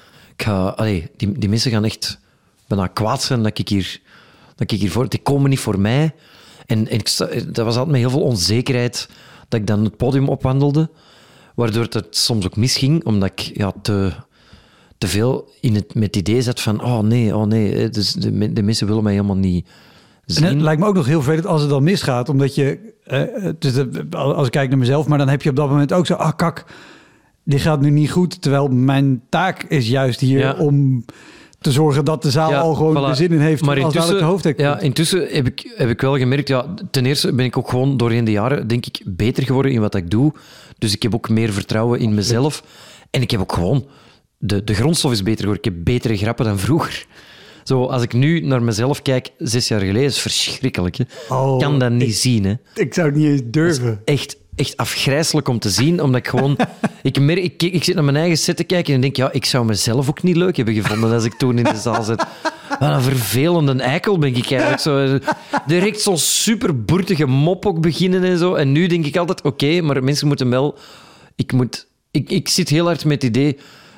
die mensen gaan echt bijna kwaad zijn dat ik hier voor... Die komen niet voor mij. En dat was altijd met heel veel onzekerheid dat ik dan het podium opwandelde, waardoor het soms ook misging, omdat ik te veel met het idee zat van oh nee, dus de mensen willen mij helemaal niet zien. En het lijkt me ook nog heel vervelend als het dan misgaat, omdat je... als ik kijk naar mezelf, maar dan heb je op dat moment ook zo... kak, die gaat nu niet goed, terwijl mijn taak is juist hier om te zorgen dat de zaal al gewoon de zin in heeft. Maar als dadelijk de hoofdact komt. Intussen heb ik wel gemerkt, ten eerste ben ik ook gewoon doorheen de jaren, denk ik, beter geworden in wat ik doe. Dus ik heb ook meer vertrouwen in mezelf. En ik heb ook gewoon... De grondstof is beter geworden. Ik heb betere grappen dan vroeger. Zo, als ik nu naar mezelf kijk, 6 jaar geleden, is het verschrikkelijk. Hè? Ik kan dat niet zien. Hè? Ik zou het niet eens durven. Echt afgrijselijk om te zien, omdat ik gewoon... ik zit naar mijn eigen set te kijken en denk, ik zou mezelf ook niet leuk hebben gevonden als ik toen in de zaal zit. Wat een vervelende eikel ben ik eigenlijk. Zo, direct zo'n superboertige mop ook beginnen en zo. En nu denk ik altijd, oké, maar mensen moeten wel... Ik zit heel hard met het idee...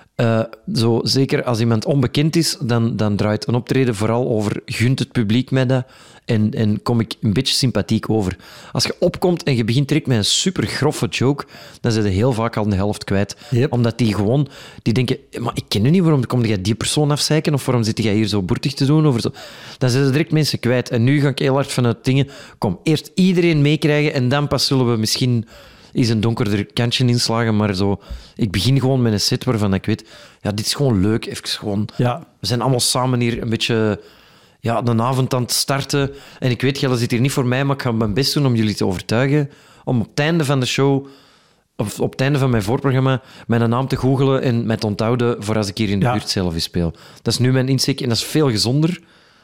zo, zeker als iemand onbekend is, dan draait een optreden vooral over gunt het publiek mij dat en kom ik een beetje sympathiek over. Als je opkomt en je begint direct met een super grove joke, dan zijn ze heel vaak al de helft kwijt. Yep. Omdat die denken, maar ik ken u niet, waarom kom jij die persoon afzeiken of waarom zit jij hier zo boertig te doen? Of zo. Dan zijn ze direct mensen kwijt. En nu ga ik heel hard vanuit dingen, kom, eerst iedereen meekrijgen en dan pas zullen we misschien... is een donkerder kantje inslagen, maar zo... Ik begin gewoon met een set waarvan ik weet... dit is gewoon leuk. Even gewoon... Ja. We zijn allemaal samen hier een beetje... een avond aan het starten. En ik weet, jij zit hier niet voor mij, maar ik ga mijn best doen om jullie te overtuigen. Om op het einde van de show... Of op het einde van mijn voorprogramma... mijn naam te googelen en mij te onthouden voor als ik hier in de buurt zelf eens speel. Dat is nu mijn insteek en dat is veel gezonder.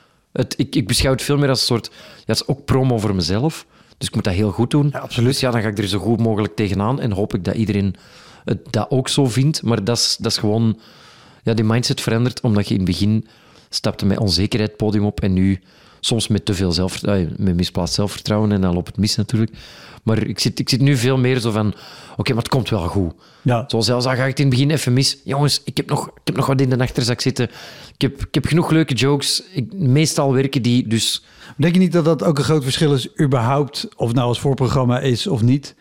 Ik beschouw het veel meer als een soort... het is ook promo voor mezelf. Dus ik moet dat heel goed doen. Ja, absoluut. Dus dan ga ik er zo goed mogelijk tegenaan en hoop ik dat iedereen dat ook zo vindt. Maar dat is gewoon... die mindset verandert, omdat je in het begin stapte met onzekerheid het podium op en nu soms met te veel met misplaatst zelfvertrouwen en dan loopt het mis natuurlijk. Maar ik zit nu veel meer zo van... Oké, maar het komt wel goed. Ja. Zoals zelfs al ga ik het in het begin even mis. Jongens, ik heb nog wat in de achterzak zitten. Ik heb genoeg leuke jokes. Meestal werken die, dus... Denk je niet dat dat ook een groot verschil is, überhaupt, of het nou als voorprogramma is of niet?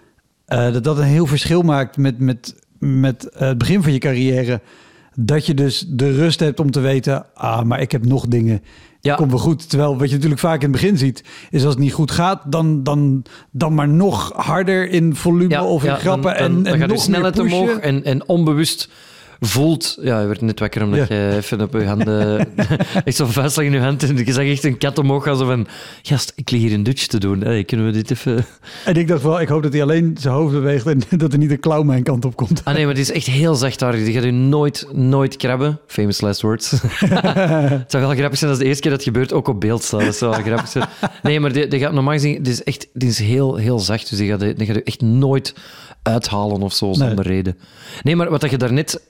Dat een heel verschil maakt met het begin van je carrière. Dat je dus de rust hebt om te weten, maar ik heb nog dingen. Ja. Komt wel goed. Terwijl wat je natuurlijk vaak in het begin ziet, is als het niet goed gaat, dan maar nog harder in volume of in grappen. Dan gaat nog je snelheid meer pushen. omhoog en onbewust voelt... Ja, je werd net wakker omdat je even op je handen... echt zo'n vuistslag in je hand en je zag echt een kat omhoog gaan. Zo van, gast, ik lig hier een Dutch te doen. Hey, kunnen we dit even... En ik dacht wel, ik hoop dat hij alleen zijn hoofd beweegt en dat er niet een klauw mijn kant op komt. Ah nee, maar het is echt heel zachtaardig. Die gaat u nooit krabben. Famous last words. Het zou wel grappig zijn als de eerste keer dat gebeurt ook op beeld staat. Dat zou wel grappig zijn. Nee, maar die gaat normaal gezien... Die is heel, heel zacht. Dus die gaat u echt nooit uithalen of zo, zonder reden. Nee, maar wat je daarnet...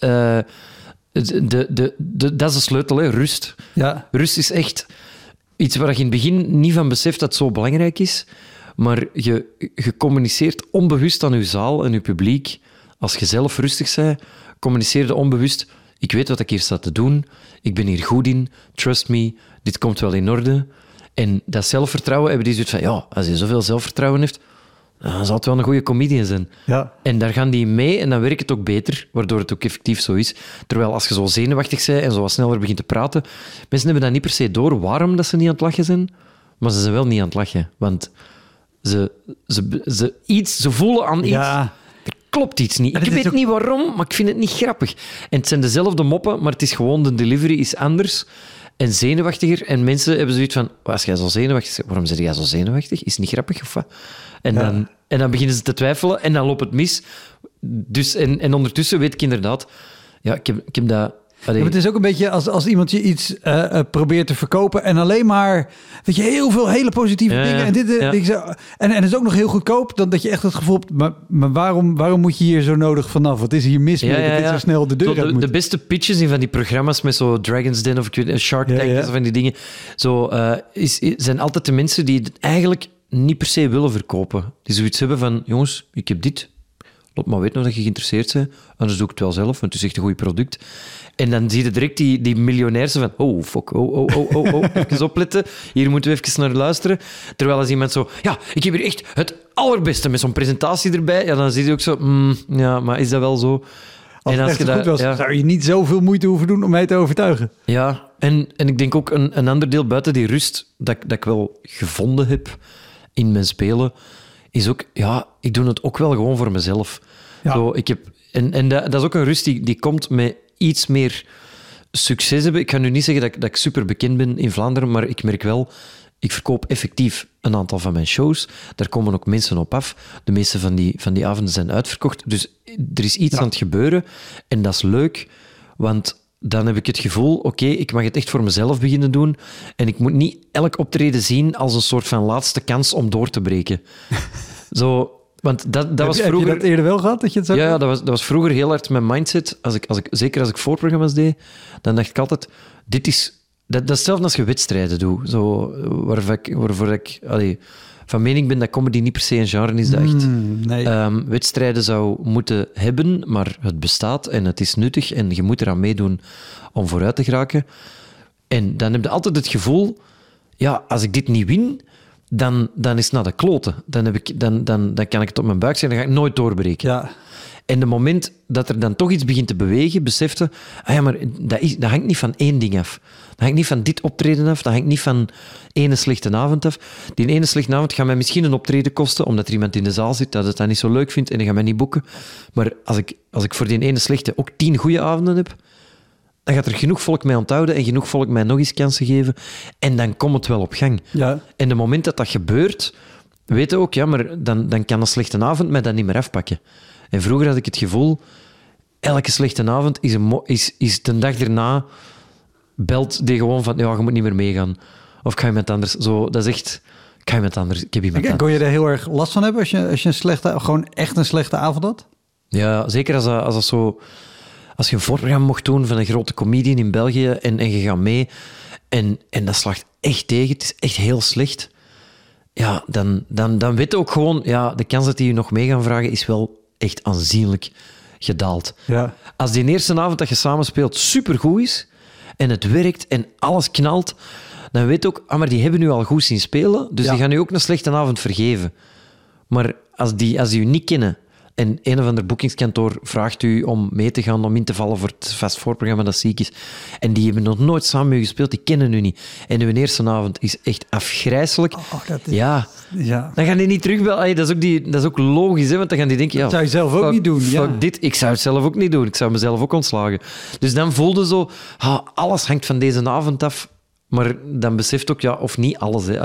dat is de sleutel, hè? Rust. Ja. Rust is echt iets waar je in het begin niet van beseft dat het zo belangrijk is. Maar je communiceert onbewust aan je zaal en je publiek. Als je zelf rustig bent, communiceer je onbewust. Ik weet wat ik hier sta te doen. Ik ben hier goed in. Trust me. Dit komt wel in orde. En dat zelfvertrouwen hebben die zoiets van... als je zoveel zelfvertrouwen heeft... dan zal het wel een goede comedian zijn. Ja. En daar gaan die mee en dan werkt het ook beter, waardoor het ook effectief zo is. Terwijl als je zo zenuwachtig bent en zo wat sneller begint te praten, mensen hebben dat niet per se door waarom dat ze niet aan het lachen zijn, maar ze zijn wel niet aan het lachen. Want ze voelen aan iets... Ja. Er klopt iets niet. Ik weet niet waarom, maar ik vind het niet grappig. En het zijn dezelfde moppen, maar het is gewoon, de delivery is anders en zenuwachtiger. En mensen hebben zoiets van, als jij zo zenuwachtig bent, waarom zeg jij zo zenuwachtig? Is het niet grappig of wat? En dan beginnen ze te twijfelen en dan loopt het mis. Dus, en ondertussen weet ik inderdaad... Ja, ik heb dat Ja, maar het is ook een beetje als iemand je iets probeert te verkopen en alleen maar, weet je, heel veel hele positieve dingen. En, en het is ook nog heel goedkoop, dan dat je echt het gevoel hebt, maar waarom moet je hier zo nodig vanaf? Wat is hier mis mee dat dit zo snel de deur uit moet? De beste pitches in van die programma's met zo Dragon's Den of Shark Tank, of van die dingen, zijn altijd de mensen die het eigenlijk niet per se willen verkopen. Die zoiets hebben van, jongens, ik heb dit. Laat maar weten of je geïnteresseerd bent. Anders doe ik het wel zelf, want het is echt een goed product. En dan zie je direct die miljonairs van... Oh, fuck. Even opletten. Hier moeten we even naar luisteren. Terwijl als iemand zo... Ja, ik heb hier echt het allerbeste met zo'n presentatie erbij. Ja, dan zie je ook zo... ja, maar is dat wel zo? Als het echt goed was, zou je niet zoveel moeite hoeven doen om mij te overtuigen. Ja, en ik denk ook een ander deel buiten die rust dat ik wel gevonden heb in mijn spelen, is ook... Ja, ik doe het ook wel gewoon voor mezelf. Ja. Zo, ik heb... En dat is ook een rust die komt met iets meer succes hebben. Ik ga nu niet zeggen dat ik super bekend ben in Vlaanderen, maar ik merk wel, ik verkoop effectief een aantal van mijn shows. Daar komen ook mensen op af. De meeste van die avonden zijn uitverkocht. Dus er is iets aan het gebeuren en dat is leuk, want dan heb ik het gevoel, oké, ik mag het echt voor mezelf beginnen doen en ik moet niet elk optreden zien als een soort van laatste kans om door te breken. Zo... Want dat was vroeger... Heb je dat eerder wel gehad? Dat je het zo dat was vroeger heel hard mijn mindset. Zeker als ik voorprogramma's deed, dan dacht ik altijd... Dat is hetzelfde als je wedstrijden doet. Zo, waarvoor ik van mening ben dat comedy niet per se een genre is dat echt wedstrijden zou moeten hebben, maar het bestaat en het is nuttig en je moet eraan meedoen om vooruit te geraken. En dan heb je altijd het gevoel... Ja, als ik dit niet win... Dan is het naar de kloten. Dan kan ik het op mijn buik zeggen, dan ga ik nooit doorbreken. Ja. En de moment dat er dan toch iets begint te bewegen, besefte, maar dat hangt niet van één ding af. Dat hangt niet van dit optreden af, dat hangt niet van ene slechte avond af. Die ene slechte avond gaat mij misschien een optreden kosten, omdat er iemand in de zaal zit dat het dan niet zo leuk vindt en die gaat mij niet boeken. Maar als ik voor die ene slechte ook 10 goede avonden heb, dan gaat er genoeg volk mij onthouden en genoeg volk mij nog eens kansen geven. En dan komt het wel op gang. Ja. En de moment dat gebeurt, weet je ook, maar dan kan een slechte avond mij dat niet meer afpakken. En vroeger had ik het gevoel, elke slechte avond is de dag erna, belt die gewoon van, ja, je moet niet meer meegaan. Of ga je met anders. Zo, dat is echt, ga je met anders. Ik heb iemand aan. Kon je daar heel erg last van hebben als je gewoon echt een slechte avond had? Ja, zeker als dat zo... Als je een voorprogramma mocht doen van een grote comedian in België en je gaat mee en dat slaagt echt tegen, het is echt heel slecht, ja, dan weet je ook gewoon, ja, de kans dat die je nog mee gaan vragen is wel echt aanzienlijk gedaald. Ja. Als die eerste avond dat je samenspeelt supergoed is en het werkt en alles knalt, dan weet je ook, maar die hebben nu al goed zien spelen, dus die gaan nu ook een slechte avond vergeven. Maar als die je niet kennen en een of ander boekingskantoor vraagt u om mee te gaan, om in te vallen voor het vast voorprogramma dat ziek is, en die hebben nog nooit samen met u gespeeld, die kennen u niet. En uw eerste avond is echt afgrijselijk. Ja, dan gaan die niet terugbellen. Dat is ook logisch, hè, want dan gaan die denken... Ja, dat zou je zelf ook niet doen. Ja. Dit. Ik zou het zelf ook niet doen. Ik zou mezelf ook ontslagen. Dus dan voelde zo... alles hangt van deze avond af. Maar dan beseft ook, of niet alles. Hè.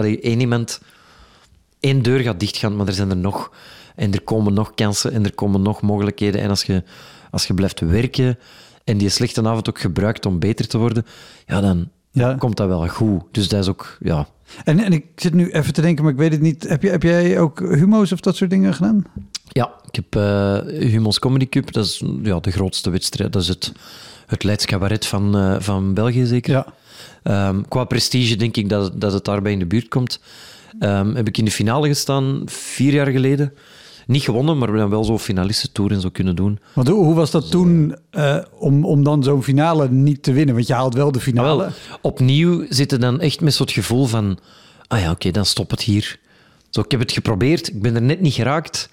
Één deur gaat dichtgaan, maar er zijn er nog... En er komen nog kansen en er komen nog mogelijkheden. En als je blijft werken en die slechte avond ook gebruikt om beter te worden, dan komt dat wel goed. Dus dat is ook, ja. En ik zit nu even te denken, maar ik weet het niet. Heb jij ook Humo's of dat soort dingen gedaan? Ja, ik heb Humo's Comedy Cup. Dat is de grootste wedstrijd. Dat is het Leids cabaret van België, zeker. Ja. Qua prestige denk ik dat het daarbij in de buurt komt. Heb ik in de finale gestaan 4 jaar geleden. Niet gewonnen, maar we hebben wel zo'n finalistentour en zo kunnen doen. Want hoe was dat toen om dan zo'n finale niet te winnen? Want je haalt wel de finale. Wel, opnieuw zitten dan echt met zo'n gevoel van... Oké, dan stop het hier. Zo, ik heb het geprobeerd, ik ben er net niet geraakt.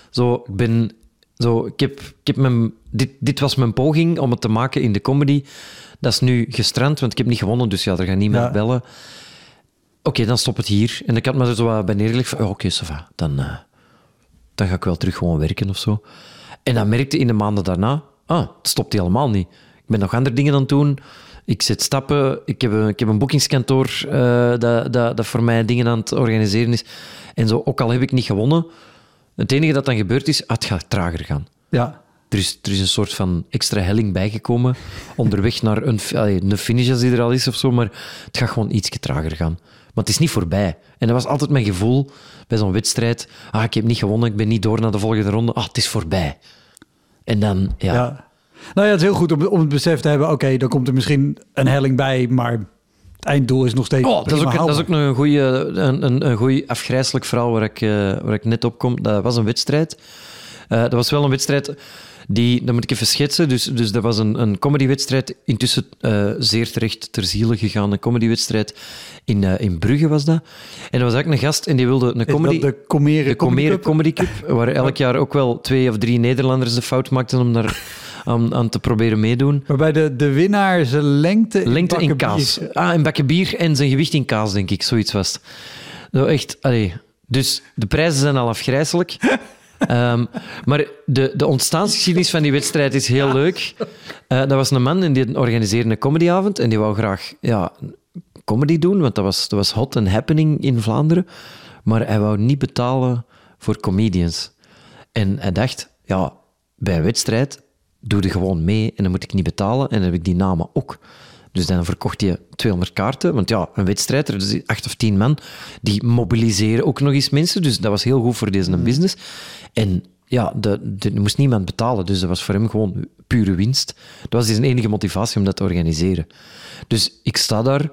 Dit was mijn poging om het te maken in de comedy. Dat is nu gestrand, want ik heb niet gewonnen, dus er gaat niemand bellen. Oké, dan stop het hier. En ik had me er zo wat bij neergelegd van... Oké, ça va, dan ga ik wel terug gewoon werken of zo. En dan merkte in de maanden daarna... het stopt helemaal niet. Ik ben nog andere dingen aan het doen. Ik zet stappen. Ik heb een boekingskantoor dat voor mij dingen aan het organiseren is. En zo, ook al heb ik niet gewonnen... Het enige dat dan gebeurt is... het gaat trager gaan. Ja. er is een soort van extra helling bijgekomen onderweg naar een finish als die er al is of zo, maar het gaat gewoon iets trager gaan. Maar het is niet voorbij. En dat was altijd mijn gevoel bij zo'n wedstrijd. Ik heb niet gewonnen, ik ben niet door naar de volgende ronde. Het is voorbij. En dan, ja. Nou ja, het is heel goed om het besef te hebben. Oké, dan komt er misschien een helling bij, maar het einddoel is nog steeds dat is ook nog een goeie afgrijselijk verhaal waar ik net op kom. Dat was een wedstrijd. Dat was wel een wedstrijd dat moet ik even schetsen. Dus dat was een comedywedstrijd. Intussen zeer terecht ter ziele gegaan. Een comedywedstrijd in Brugge was dat. En er was eigenlijk een gast en die wilde een comedy... De Comere Comedy Cup, waar elk jaar ook wel 2 of 3 Nederlanders de fout maakten om daar aan te proberen meedoen. Waarbij de winnaar zijn lengte in kaas. In bakken bier en zijn gewicht in kaas, denk ik. Zoiets was het. Nou, echt, dus de prijzen zijn al afgrijselijk. Maar de ontstaansgeschiedenis van die wedstrijd is heel leuk. Dat was een man en die organiseerde een comedyavond en die wou graag comedy doen, want dat was hot and happening in Vlaanderen. Maar hij wou niet betalen voor comedians. En hij dacht, bij een wedstrijd doe je gewoon mee en dan moet ik niet betalen en dan heb ik die namen ook. Dus dan verkocht hij 200 kaarten, want een wedstrijd, er zijn 8 of 10 man, die mobiliseren ook nog eens mensen, dus dat was heel goed voor deze business. En er moest niemand betalen, dus dat was voor hem gewoon pure winst. Dat was zijn enige motivatie om dat te organiseren. Dus ik sta daar,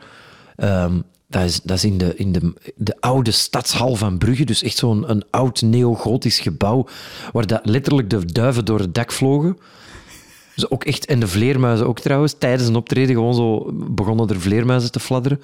dat is in de oude stadshal van Brugge, dus echt zo'n oud neogotisch gebouw, waar letterlijk de duiven door het dak vlogen. Dus ook echt, en de vleermuizen ook trouwens. Tijdens een optreden gewoon zo begonnen er vleermuizen te fladderen.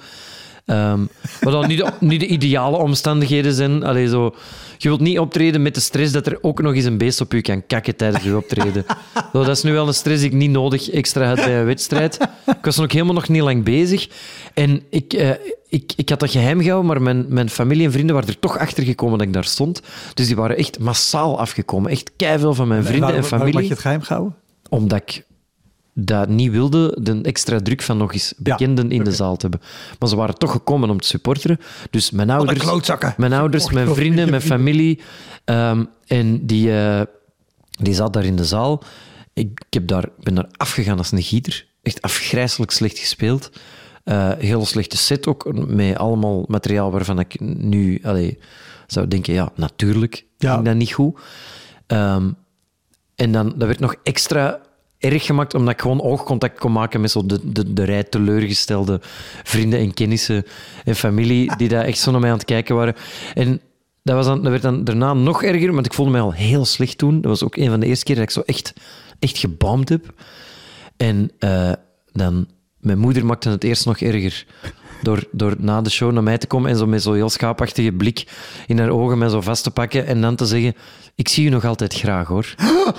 Wat dan niet de ideale omstandigheden zijn. Je wilt niet optreden met de stress dat er ook nog eens een beest op je kan kakken tijdens je optreden. Dat is nu wel een stress die ik niet nodig extra had bij een wedstrijd. Ik was dan ook helemaal nog niet lang bezig. En ik had dat geheim gehouden, maar mijn familie en vrienden waren er toch achter gekomen dat ik daar stond. Dus die waren echt massaal afgekomen. Echt keiveel van mijn vrienden en familie. Waarom had je het geheim gehouden? Omdat ik dat niet wilde, de extra druk van nog eens bekenden in de zaal te hebben. Maar ze waren toch gekomen om te supporteren. Dus mijn ouders, mijn vrienden, mijn familie. En die zat daar in de zaal. Ik ben daar afgegaan als een gieter. Echt afgrijselijk slecht gespeeld. Heel slechte set ook, met allemaal materiaal waarvan ik nu zou denken, natuurlijk ging dat niet goed. En dan, dat werd nog extra erg gemaakt, omdat ik gewoon oogcontact kon maken met zo de rij teleurgestelde vrienden en kennissen en familie, die daar echt zo naar mij aan het kijken waren. En dat werd dan daarna nog erger, want ik voelde mij al heel slecht toen. Dat was ook een van de eerste keer dat ik zo echt gebaamd heb. En dan... Mijn moeder maakte het eerst nog erger. Door na de show naar mij te komen en zo met zo'n heel schaapachtige blik in haar ogen mij zo vast te pakken en dan te zeggen: ik zie je nog altijd graag, hoor.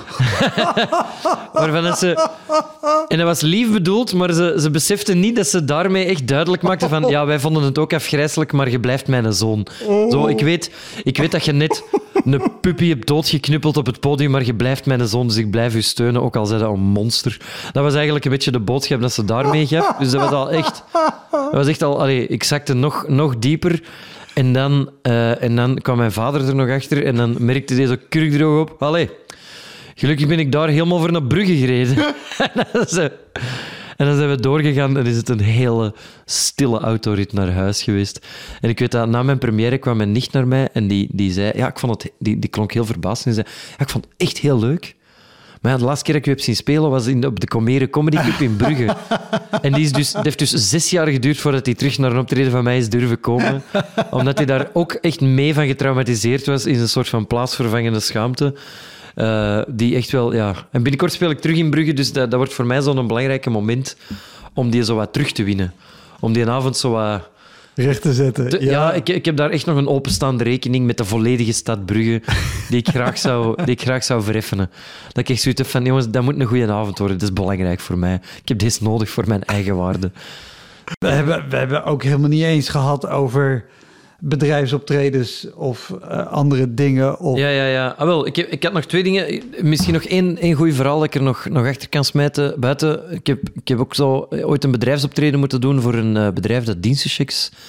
En dat was lief bedoeld, maar ze besefte niet dat ze daarmee echt duidelijk maakte van: wij vonden het ook afgrijselijk, maar je blijft mijn zoon. Zo, ik weet dat je net een puppy hebt doodgeknuppeld op het podium, maar je blijft mijn zoon, dus ik blijf u steunen, ook al zei dat een monster. Dat was eigenlijk een beetje de boodschap dat ze daarmee gaf. Dus dat was al echt... ik zakte nog dieper. En dan kwam mijn vader er nog achter en dan merkte hij zo kurkdroog op. Gelukkig ben ik daar helemaal voor naar Brugge gereden. En dan zijn we doorgegaan en is het een hele stille autorit naar huis geweest. En ik weet dat na mijn première kwam mijn nicht naar mij en die zei... ik vond het... Die klonk heel verbaasd en die zei... ik vond het echt heel leuk. Maar de laatste keer dat ik u heb zien spelen was op de Comere Comedy Cup in Brugge. En het heeft dus 6 jaar geduurd voordat hij terug naar een optreden van mij is durven komen. Omdat hij daar ook echt mee van getraumatiseerd was in een soort van plaatsvervangende schaamte. Die echt wel, En binnenkort speel ik terug in Brugge, dus dat wordt voor mij zo'n belangrijk moment om die zo wat terug te winnen. Om die avond zo wat... recht te zetten. Ik heb daar echt nog een openstaande rekening met de volledige stad Brugge die ik graag zou vereffenen. Dat ik echt zoiets heb van, jongens, dat moet een goede avond worden. Dat is belangrijk voor mij. Ik heb deze nodig voor mijn eigen waarde. We hebben ook helemaal niet eens gehad over bedrijfsoptredens of andere dingen. Of... Ja. Wel, ik had nog 2 dingen. Misschien nog één goed verhaal dat ik er nog achter kan smijten buiten. Ik heb ook zo ooit een bedrijfsoptreden moeten doen voor een bedrijf dat dienstenchecks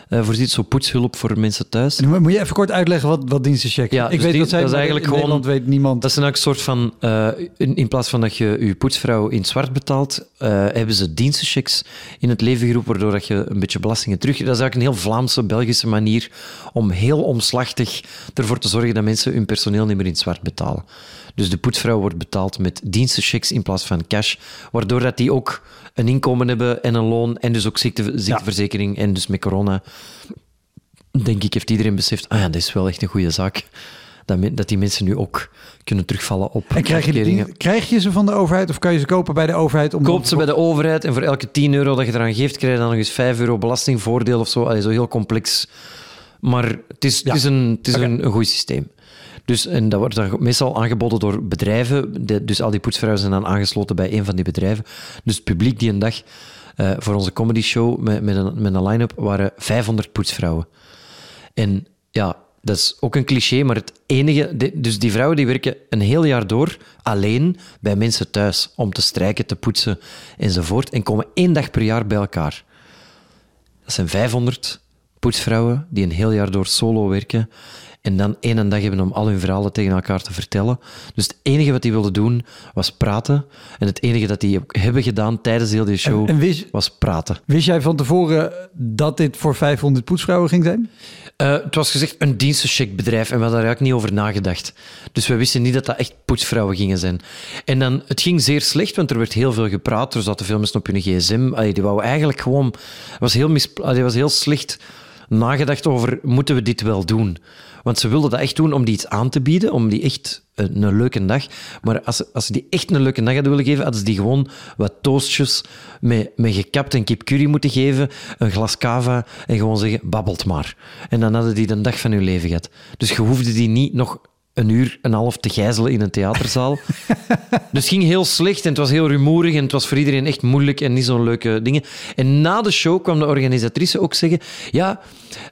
voorziet. Zo poetshulp voor mensen thuis. En moet je even kort uitleggen wat dienstencheck is? Ja, ik dus weet dat zij, dat is eigenlijk in gewoon, Nederland weet niemand. Dat is een soort van... in plaats van dat je je poetsvrouw in het zwart betaalt, hebben ze dienstenchecks in het leven geroepen, waardoor dat je een beetje belastingen terug... Dat is eigenlijk een heel Vlaamse, Belgische manier om heel omslachtig ervoor te zorgen dat mensen hun personeel niet meer in het zwart betalen. Dus de poetsvrouw wordt betaald met dienstenchecks in plaats van cash, waardoor dat die ook een inkomen hebben en een loon en dus ook ziekteverzekering. En dus met corona, denk ik, heeft iedereen beseft, dat is wel echt een goede zaak. Dat die mensen nu ook kunnen terugvallen op En krijg je ze van de overheid of kan je ze kopen bij de overheid? Koopt ze bij de overheid en voor elke 10 euro dat je eraan geeft, krijg je dan nog eens 5 euro belastingvoordeel of zo. Allee, zo heel complex. Maar het is een goed systeem. Dus, en dat wordt dan meestal aangeboden door bedrijven. Dus al die poetsvrouwen zijn dan aangesloten bij een van die bedrijven. Dus het publiek die een dag voor onze comedy show met een line-up waren 500 poetsvrouwen. En ja, dat is ook een cliché, maar het enige... Dus die vrouwen die werken een heel jaar door alleen bij mensen thuis om te strijken, te poetsen enzovoort. En komen 1 dag per jaar bij elkaar. Dat zijn 500 poetsvrouwen die een heel jaar door solo werken. En dan 1 dag hebben om al hun verhalen tegen elkaar te vertellen. Dus het enige wat die wilden doen, was praten. En het enige dat die hebben gedaan tijdens heel die show, was praten. Wist jij van tevoren dat dit voor 500 poetsvrouwen ging zijn? Het was gezegd een dienstencheckbedrijf en we hadden daar eigenlijk niet over nagedacht. Dus we wisten niet dat dat echt poetsvrouwen gingen zijn. En dan, het ging zeer slecht, want er werd heel veel gepraat. Er zaten veel mensen op hun gsm. Die wou eigenlijk gewoon... Het was heel slecht nagedacht over, moeten we dit wel doen? Want ze wilden dat echt doen om die iets aan te bieden, om die echt een leuke dag. Maar als ze die echt een leuke dag hadden willen geven, hadden ze die gewoon wat toastjes met gekapt en kip curry moeten geven, een glas cava en gewoon zeggen, babbelt maar. En dan hadden die de dag van hun leven gehad. Dus je hoefde die niet nog 1,5 uur te gijzelen in een theaterzaal. Dus het ging heel slecht en het was heel rumoerig en het was voor iedereen echt moeilijk en niet zo'n leuke dingen. En na de show kwam de organisatrice ook zeggen, ja,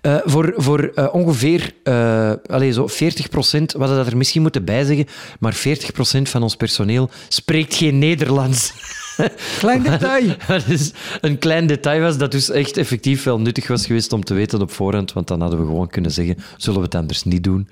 voor ongeveer zo 40%, we hadden dat er misschien moeten bijzeggen, maar 40% van ons personeel spreekt geen Nederlands. Klein detail. Dat is een klein detail was dat dus echt effectief wel nuttig was geweest om te weten op voorhand, want dan hadden we gewoon kunnen zeggen, zullen we het anders niet doen?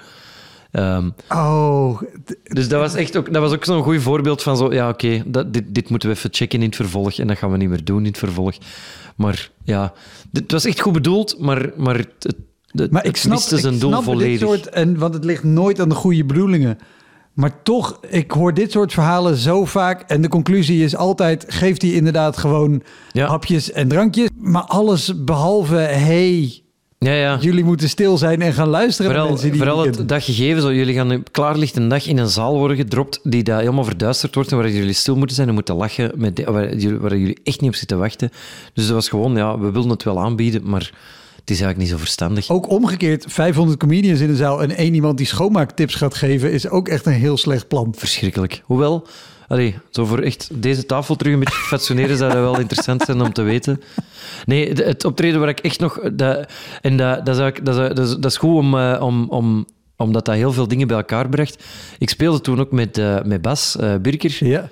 Dus dat was ook zo'n goed voorbeeld van zo, ja, oké, dit moeten we even checken in het vervolg en dat gaan we niet meer doen in het vervolg. Maar ja, het was echt goed bedoeld, maar het miste zijn doel volledig. Want het ligt nooit aan de goede bedoelingen. Maar toch, ik hoor dit soort verhalen zo vaak en de conclusie is altijd, geeft hij inderdaad gewoon hapjes en drankjes, maar alles behalve, Ja. Jullie moeten stil zijn en gaan luisteren naar mensen die vooral het daggegeven. Zo, jullie gaan klaarlicht een dag in een zaal worden gedropt die daar helemaal verduisterd wordt en waar jullie stil moeten zijn en moeten lachen, waar jullie echt niet op zitten wachten. Dus dat was gewoon, we wilden het wel aanbieden, maar het is eigenlijk niet zo verstandig. Ook omgekeerd, 500 comedians in de zaal en 1 iemand die schoonmaaktips gaat geven, is ook echt een heel slecht plan. Verschrikkelijk. Hoewel... zo voor echt deze tafel terug een beetje fatsoeneren zou dat wel interessant zijn om te weten. Nee, het optreden waar ik echt nog... Dat is goed omdat dat heel veel dingen bij elkaar bracht. Ik speelde toen ook met Bas Birker. Ja.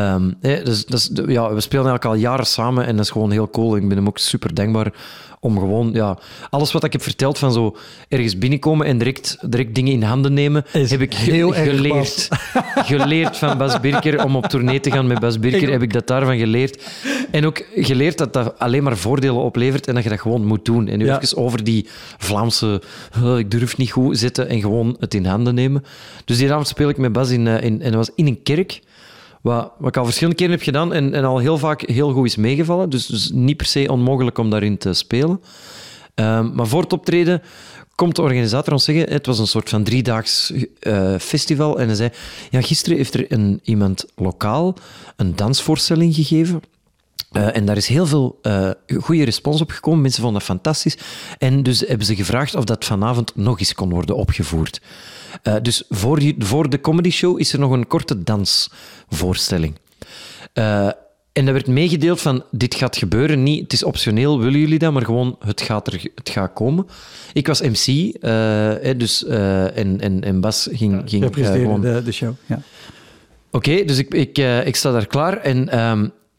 We spelen eigenlijk al jaren samen en dat is gewoon heel cool. Ik ben hem ook super dankbaar om gewoon... alles wat ik heb verteld van zo ergens binnenkomen en direct dingen in handen nemen, heb ik geleerd. Geleerd van Bas Birker. Om op tournee te gaan met Bas Birker heb ik dat daarvan geleerd. En ook geleerd dat dat alleen maar voordelen oplevert en dat je dat gewoon moet doen. En nu even over die Vlaamse ik durf niet goed zitten en gewoon het in handen nemen. Dus die avond speel ik met Bas en dat was in een kerk. Wat ik al verschillende keren heb gedaan en al heel vaak heel goed is meegevallen. Dus niet per se onmogelijk om daarin te spelen. Maar voor het optreden komt de organisator ons zeggen... Het was een soort van 3-daags festival. En hij zei... Ja, gisteren heeft er iemand lokaal een dansvoorstelling gegeven. En daar is heel veel goede respons op gekomen. Mensen vonden dat fantastisch. En dus hebben ze gevraagd of dat vanavond nog eens kon worden opgevoerd. Dus voor de comedy show is er nog een korte dansvoorstelling. En dat werd meegedeeld van, dit gaat gebeuren, niet, het is optioneel, willen jullie dat, maar gewoon, het gaat komen. Ik was MC, en Bas ging gewoon... de show, ja. Oké, dus ik sta daar klaar en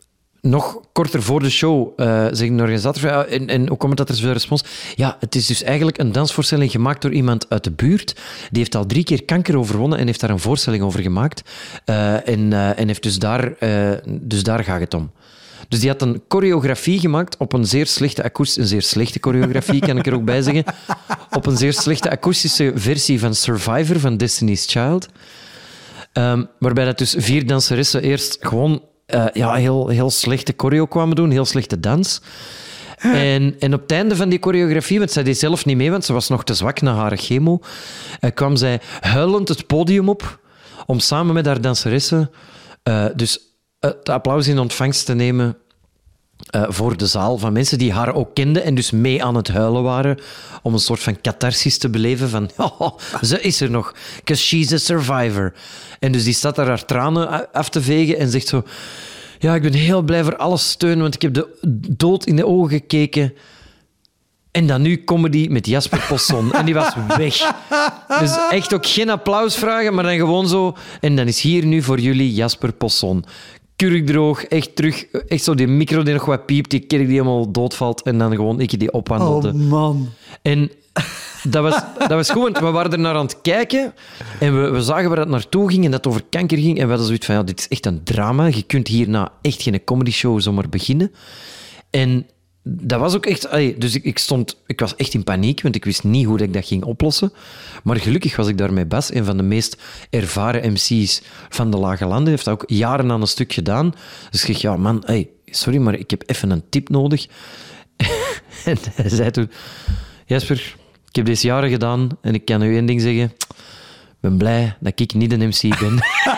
nog korter voor de show zeggen de organisator, en hoe komt dat er zo'n respons? Ja, het is dus eigenlijk een dansvoorstelling gemaakt door iemand uit de buurt. Die heeft al 3 keer kanker overwonnen en heeft daar een voorstelling over gemaakt. En heeft dus daar gaat het om. Dus die had een choreografie gemaakt op een zeer slechte choreografie, kan ik er ook bij zeggen. Op een zeer slechte akoestische versie van Survivor van Destiny's Child. Waarbij dat dus 4 danseressen eerst gewoon heel slechte choreo kwamen doen, heel slechte dans. En op het einde van die choreografie, want zij deed zelf niet mee, want ze was nog te zwak na haar chemo, kwam zij huilend het podium op om samen met haar danseressen dus het applaus in ontvangst te nemen voor de zaal van mensen die haar ook kenden en dus mee aan het huilen waren om een soort van catharsis te beleven van ze is er nog, 'cause she's a survivor. En dus die staat daar haar tranen af te vegen en zegt zo, ja, ik ben heel blij voor alle steun, want ik heb de dood in de ogen gekeken. En dan nu comedy met Jasper Posson. En die was weg. Dus echt ook geen applaus vragen, maar dan gewoon zo. En dan is hier nu voor jullie Jasper Posson. Kurkdroog, echt terug. Echt zo die micro die nog wat piept, die kerk die helemaal doodvalt. En dan gewoon ik die opwandelde. Oh, man. En dat was goed, want we waren er naar aan het kijken. En we zagen waar dat naartoe ging en dat het over kanker ging. En we hadden zoiets van, ja, dit is echt een drama. Je kunt hierna echt geen comedy-show zomaar beginnen. En dat was ook echt... Dus ik was echt in paniek, want ik wist niet hoe ik dat ging oplossen. Maar gelukkig was ik daar met Bas, een van de meest ervaren MC's van de Lage Landen. Hij heeft dat ook jaren aan een stuk gedaan. Dus ik zeg, ja man, sorry, maar ik heb even een tip nodig. En hij zei toen, Jasper, ik heb deze jaren gedaan en ik kan u 1 ding zeggen. Ik ben blij dat ik niet een MC ben.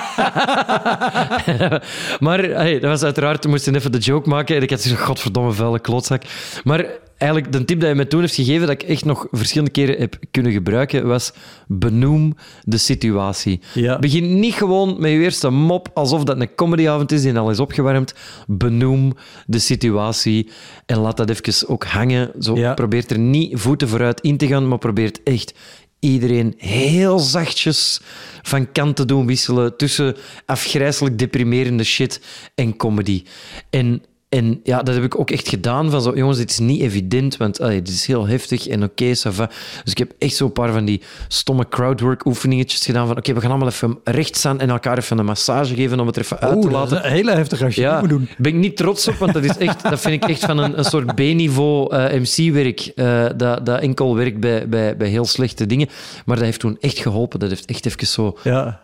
Maar dat was uiteraard, we moesten even de joke maken. En ik had zo'n godverdomme vuile klootzak. Maar eigenlijk, de tip die hij me toen heeft gegeven, dat ik echt nog verschillende keren heb kunnen gebruiken, was benoem de situatie. Ja. Begin niet gewoon met je eerste mop, alsof dat een comedyavond is die al is opgewarmd. Benoem de situatie en laat dat even ook hangen. Probeert er niet voeten vooruit in te gaan, maar probeert echt iedereen heel zachtjes van kant te doen wisselen tussen afgrijselijk deprimerende shit en comedy. En ja, dat heb ik ook echt gedaan. Van zo, jongens, dit is niet evident, want dit is heel heftig en oké, ça va. Dus ik heb echt zo'n paar van die stomme crowdwork oefeningetjes gedaan van oké, we gaan allemaal even recht staan en elkaar even een massage geven om het er even uit te laten. Dat is een hele heftige als je dat moet doen. Daar ben ik niet trots op, want dat vind ik echt van een soort B-niveau MC-werk. Dat enkel werkt bij heel slechte dingen. Maar dat heeft toen echt geholpen. Dat heeft echt even zo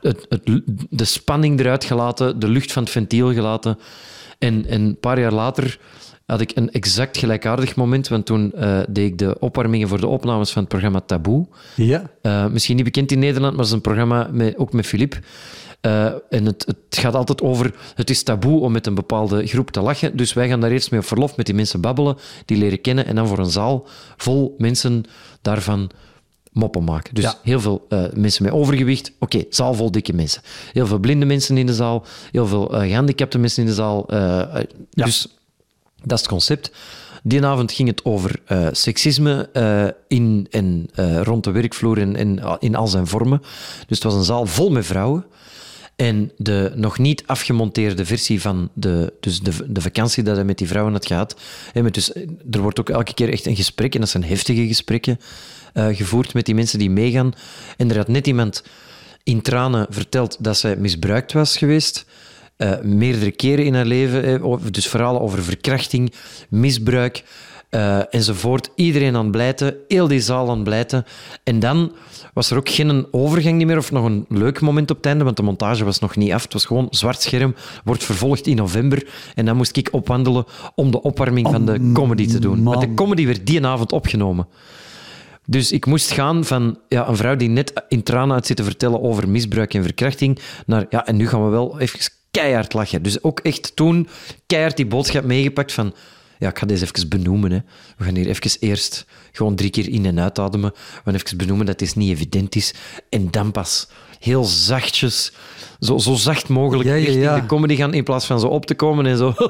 de spanning eruit gelaten, de lucht van het ventiel gelaten. En een paar jaar later had ik een exact gelijkaardig moment, want toen deed ik de opwarmingen voor de opnames van het programma Taboe. Ja. Misschien niet bekend in Nederland, maar het is een programma ook met Philippe. En het gaat altijd over, het is taboe om met een bepaalde groep te lachen, dus wij gaan daar eerst mee op verlof met die mensen babbelen, die leren kennen, en dan voor een zaal vol mensen daarvan moppen maken. Dus heel veel mensen met overgewicht. Oké, zaal vol dikke mensen. Heel veel blinde mensen in de zaal. Heel veel gehandicapte mensen in de zaal. Dus dat is het concept. Die avond ging het over seksisme in en rond de werkvloer en in al zijn vormen. Dus het was een zaal vol met vrouwen. En de nog niet afgemonteerde versie van de vakantie dat hij met die vrouwen had gehad. Dus, er wordt ook elke keer echt een gesprek, en dat zijn heftige gesprekken, gevoerd met die mensen die meegaan. En er had net iemand in tranen verteld dat zij misbruikt was geweest. Meerdere keren in haar leven. Dus verhalen over verkrachting, misbruik enzovoort. Iedereen aan het blijten, heel die zaal aan het blijten. En dan was er ook geen overgang meer of nog een leuk moment op het einde, want de montage was nog niet af. Het was gewoon zwart scherm, wordt vervolgd in november. En dan moest ik opwandelen om de opwarming van de comedy te doen. Want de comedy werd die avond opgenomen. Dus ik moest gaan van een vrouw die net in tranen had zitten vertellen over misbruik en verkrachting, naar en nu gaan we wel even keihard lachen. Dus ook echt toen keihard die boodschap meegepakt van ik ga deze even benoemen. Hè. We gaan hier even eerst gewoon 3 keer in- en uitademen. We gaan even benoemen dat dit niet evident is. En dan pas heel zachtjes, zo zacht mogelijk richting de comedy gaan, in plaats van zo op te komen en zo...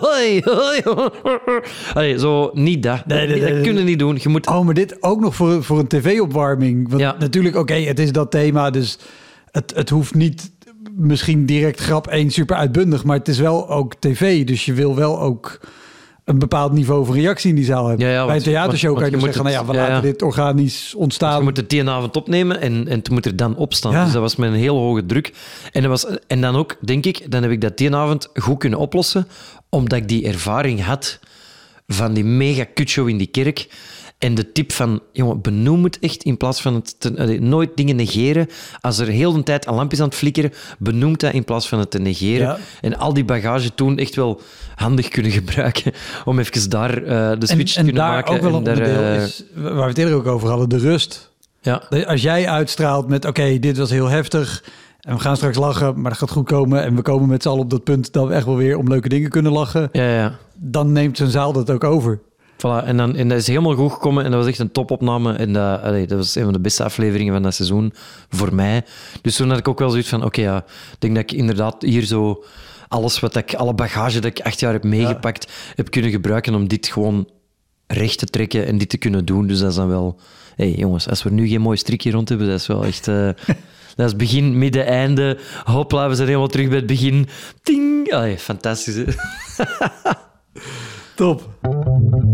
zo, niet dat. Nee, dat kun je niet doen. Je moet... maar dit ook nog voor een tv-opwarming. Want natuurlijk, het is dat thema, dus het hoeft niet misschien direct grap 1 super uitbundig, maar het is wel ook tv. Dus je wil wel ook een bepaald niveau van reactie in die zaal hebben. Ja, bij een theatershow kan je moet zeggen, we laten dit organisch ontstaan. Je moet het die avond opnemen en het moet er dan opstaan. Ja. Dus dat was met een heel hoge druk. En dan ook, denk ik, dan heb ik dat die avond goed kunnen oplossen, omdat ik die ervaring had van die mega kutshow in die kerk. En de tip van, jongen, benoem het echt in plaats van nooit dingen negeren. Als er heel de tijd een lampje is aan het flikkeren, benoem dat in plaats van het te negeren. Ja. En al die bagage toen echt wel handig kunnen gebruiken om even daar de switch te kunnen maken. En daar ook wel een daar, onderdeel is, waar we het eerder ook over hadden, de rust. Ja. Als jij uitstraalt met, oké, dit was heel heftig en we gaan straks lachen, maar dat gaat goed komen en we komen met z'n allen op dat punt dat we echt wel weer om leuke dingen kunnen lachen, Ja. dan neemt zo'n zaal dat ook over. Voilà, en dat is helemaal goed gekomen en dat was echt een topopname. En dat was een van de beste afleveringen van dat seizoen voor mij. Dus toen had ik ook wel zoiets van, oké, ik denk dat ik inderdaad hier zo alle bagage dat ik 8 jaar heb meegepakt, heb kunnen gebruiken om dit gewoon recht te trekken en dit te kunnen doen. Dus dat is dan wel... jongens, als we nu geen mooi strikje rond hebben, dat is wel echt... dat is begin, midden, einde. Hopla, we zijn helemaal terug bij het begin. Ting! Fantastisch, hè? Top.